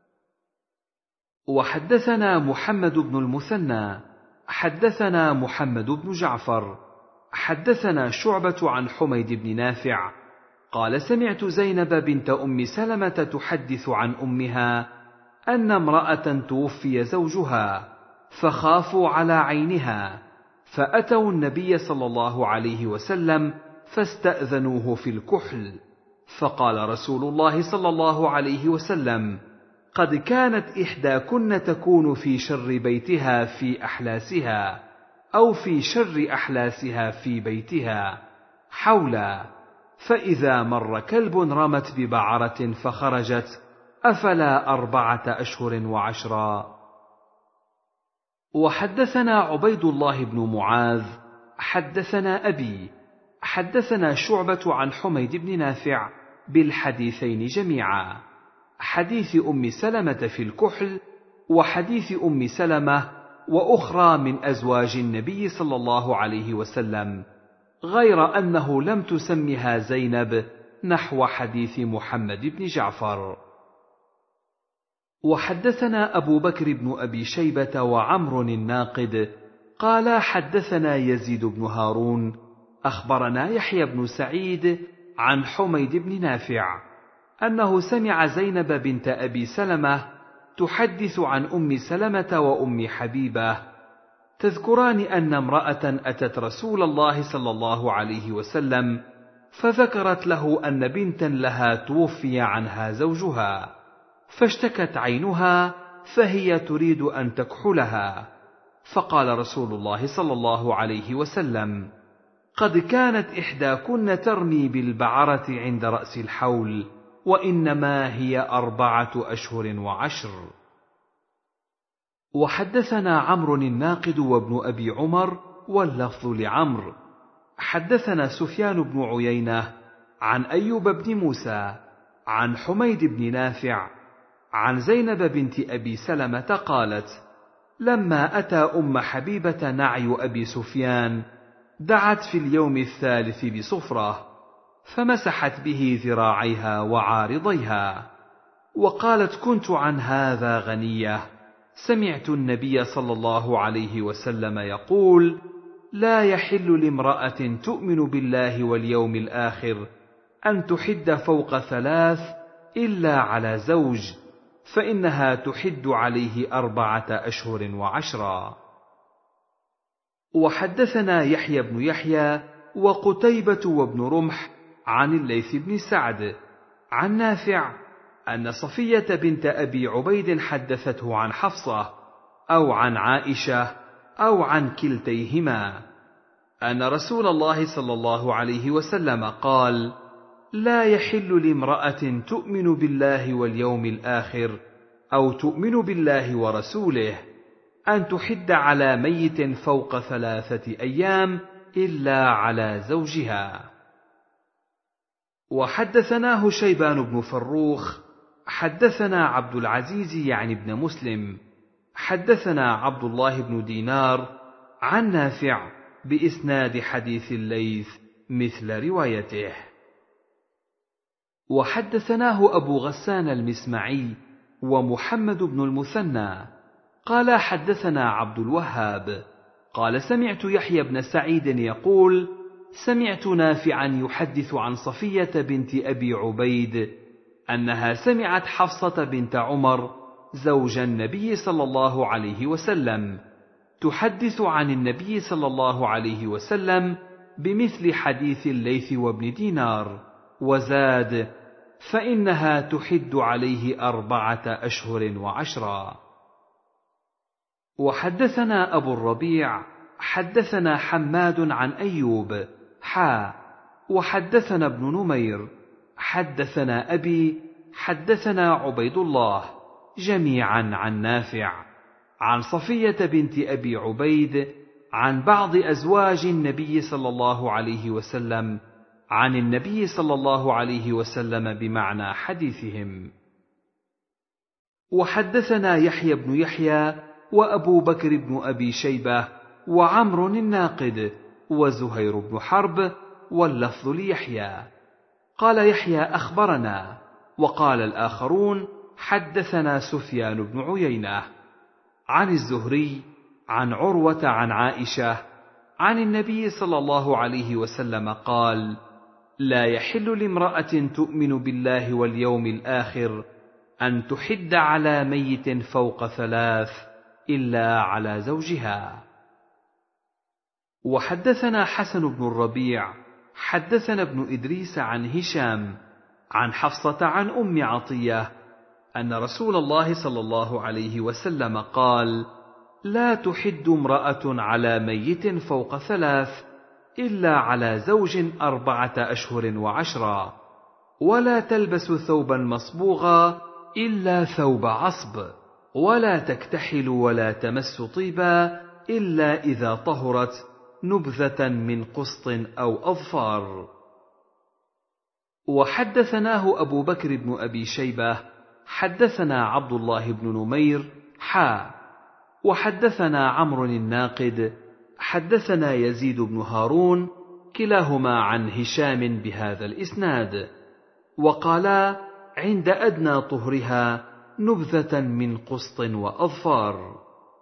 وحدثنا محمد بن المثنى حدثنا محمد بن جعفر حدثنا شعبة عن حميد بن نافع قال: سمعت زينب بنت أم سلمة تحدث عن أمها أن امرأة توفي زوجها فخافوا على عينها، فأتوا النبي صلى الله عليه وسلم فاستأذنوه في الكحل، فقال رسول الله صلى الله عليه وسلم: قد كانت إحداكن تكون في شر بيتها في أحلاسها، أو في شر أحلاسها في بيتها حولا، فإذا مر كلب رمت ببعرة فخرجت، أفلا أربعة أشهر وعشرا. وحدثنا عبيد الله بن معاذ حدثنا أبي حدثنا شعبة عن حميد بن نافع بالحديثين جميعا، حديث أم سلمة في الكحل وحديث أم سلمة وأخرى من أزواج النبي صلى الله عليه وسلم، غير أنه لم تسمها زينب نحو حديث محمد بن جعفر. وحدثنا أبو بكر بن أبي شيبة وعمر الناقد قال: حدثنا يزيد بن هارون أخبرنا يحيى بن سعيد عن حميد بن نافع أنه سمع زينب بنت أبي سلمة تحدث عن أم سلمة وأم حبيبة تذكران أن امرأة أتت رسول الله صلى الله عليه وسلم فذكرت له أن بنتا لها توفي عنها زوجها، فاشتكت عينها فهي تريد أن تكحلها، فقال رسول الله صلى الله عليه وسلم: قد كانت إحداكن ترمي بالبعرة عند رأس الحول، وإنما هي أربعة أشهر وعشر. وحدثنا عمرو الناقد وابن أبي عمر واللفظ لعمرو. حدثنا سفيان بن عيينة عن أيوب بن موسى عن حميد بن نافع عن زينب بنت أبي سلمة قالت: لما أتى أم حبيبة نعي أبي سفيان دعت في اليوم الثالث بصفرة، فمسحت به ذراعيها وعارضيها، وقالت: كنت عن هذا غنية، سمعت النبي صلى الله عليه وسلم يقول: لا يحل لامرأة تؤمن بالله واليوم الآخر أن تحد فوق ثلاث إلا على زوج، فإنها تحد عليه أربعة أشهر وعشرا. وحدثنا يحيى بن يحيى وقتيبة وابن رمح عن الليث بن سعد عن نافع أن صفية بنت أبي عبيد حدثته عن حفصة أو عن عائشة أو عن كلتيهما أن رسول الله صلى الله عليه وسلم قال: لا يحل لامرأة تؤمن بالله واليوم الآخر أو تؤمن بالله ورسوله أن تحد على ميت فوق ثلاثة أيام إلا على زوجها. وحدثناه شيبان بن فروخ حدثنا عبد العزيز يعني ابن مسلم حدثنا عبد الله بن دينار عن نافع بإسناد حديث الليث مثل روايته. وحدثناه أبو غسان المسمعي ومحمد بن المثنى قال حدثنا عبد الوهاب قال سمعت يحيى بن سعيد يقول: سمعت نافعا يحدث عن صفية بنت أبي عبيد أنها سمعت حفصة بنت عمر زوج النبي صلى الله عليه وسلم تحدث عن النبي صلى الله عليه وسلم بمثل حديث الليث وابن دينار، وزاد: فإنها تحد عليه أربعة أشهر وعشرا. وحدثنا أبو الربيع حدثنا حماد عن أيوب حا وحدثنا ابن نمير حدثنا أبي حدثنا عبيد الله جميعا عن نافع عن صفية بنت أبي عبيد عن بعض أزواج النبي صلى الله عليه وسلم عن النبي صلى الله عليه وسلم بمعنى حديثهم. وحدثنا يحيى بن يحيى وأبو بكر بن أبي شيبة وعمر الناقد وزهير بن حرب واللفظ ليحيى. قال يحيى: أخبرنا، وقال الآخرون: حدثنا سفيان بن عيينة عن الزهري عن عروة عن عائشة عن النبي صلى الله عليه وسلم قال: لا يحل لامرأة تؤمن بالله واليوم الآخر أن تحد على ميت فوق ثلاث إلا على زوجها. وحدثنا حسن بن الربيع حدثنا ابن إدريس عن هشام عن حفصة عن أم عطية أن رسول الله صلى الله عليه وسلم قال: لا تحد امرأة على ميت فوق ثلاث إلا على زوج أربعة أشهر وعشرا، ولا تلبس ثوبا مصبوغا إلا ثوب عصب، ولا تكتحل ولا تمس طيبا إلا إذا طهرت نبذة من قسط أو أظفار. وحدثناه أبو بكر بن أبي شيبة حدثنا عبد الله بن نمير حا وحدثنا عمرو الناقد حدثنا يزيد بن هارون كلاهما عن هشام بهذا الإسناد، وقالا: عند أدنى طهرها نبذة من قسط وأظفار.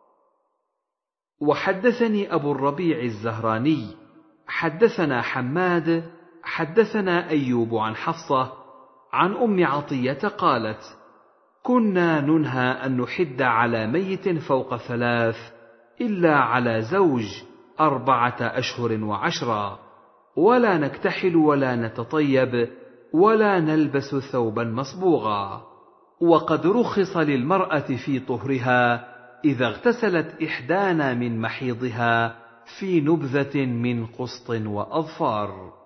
وحدثني أبو الربيع الزهراني حدثنا حماد حدثنا أيوب عن حفصة عن أم عطية قالت: كنا ننهى أن نحد على ميت فوق ثلاث إلا على زوج أربعة أشهر وعشرا، ولا نكتحل ولا نتطيب ولا نلبس ثوبا مصبوغا. وقد رخص للمرأة في طهرها إذا اغتسلت إحدانا من محيضها في نبذة من قسط وأظفار.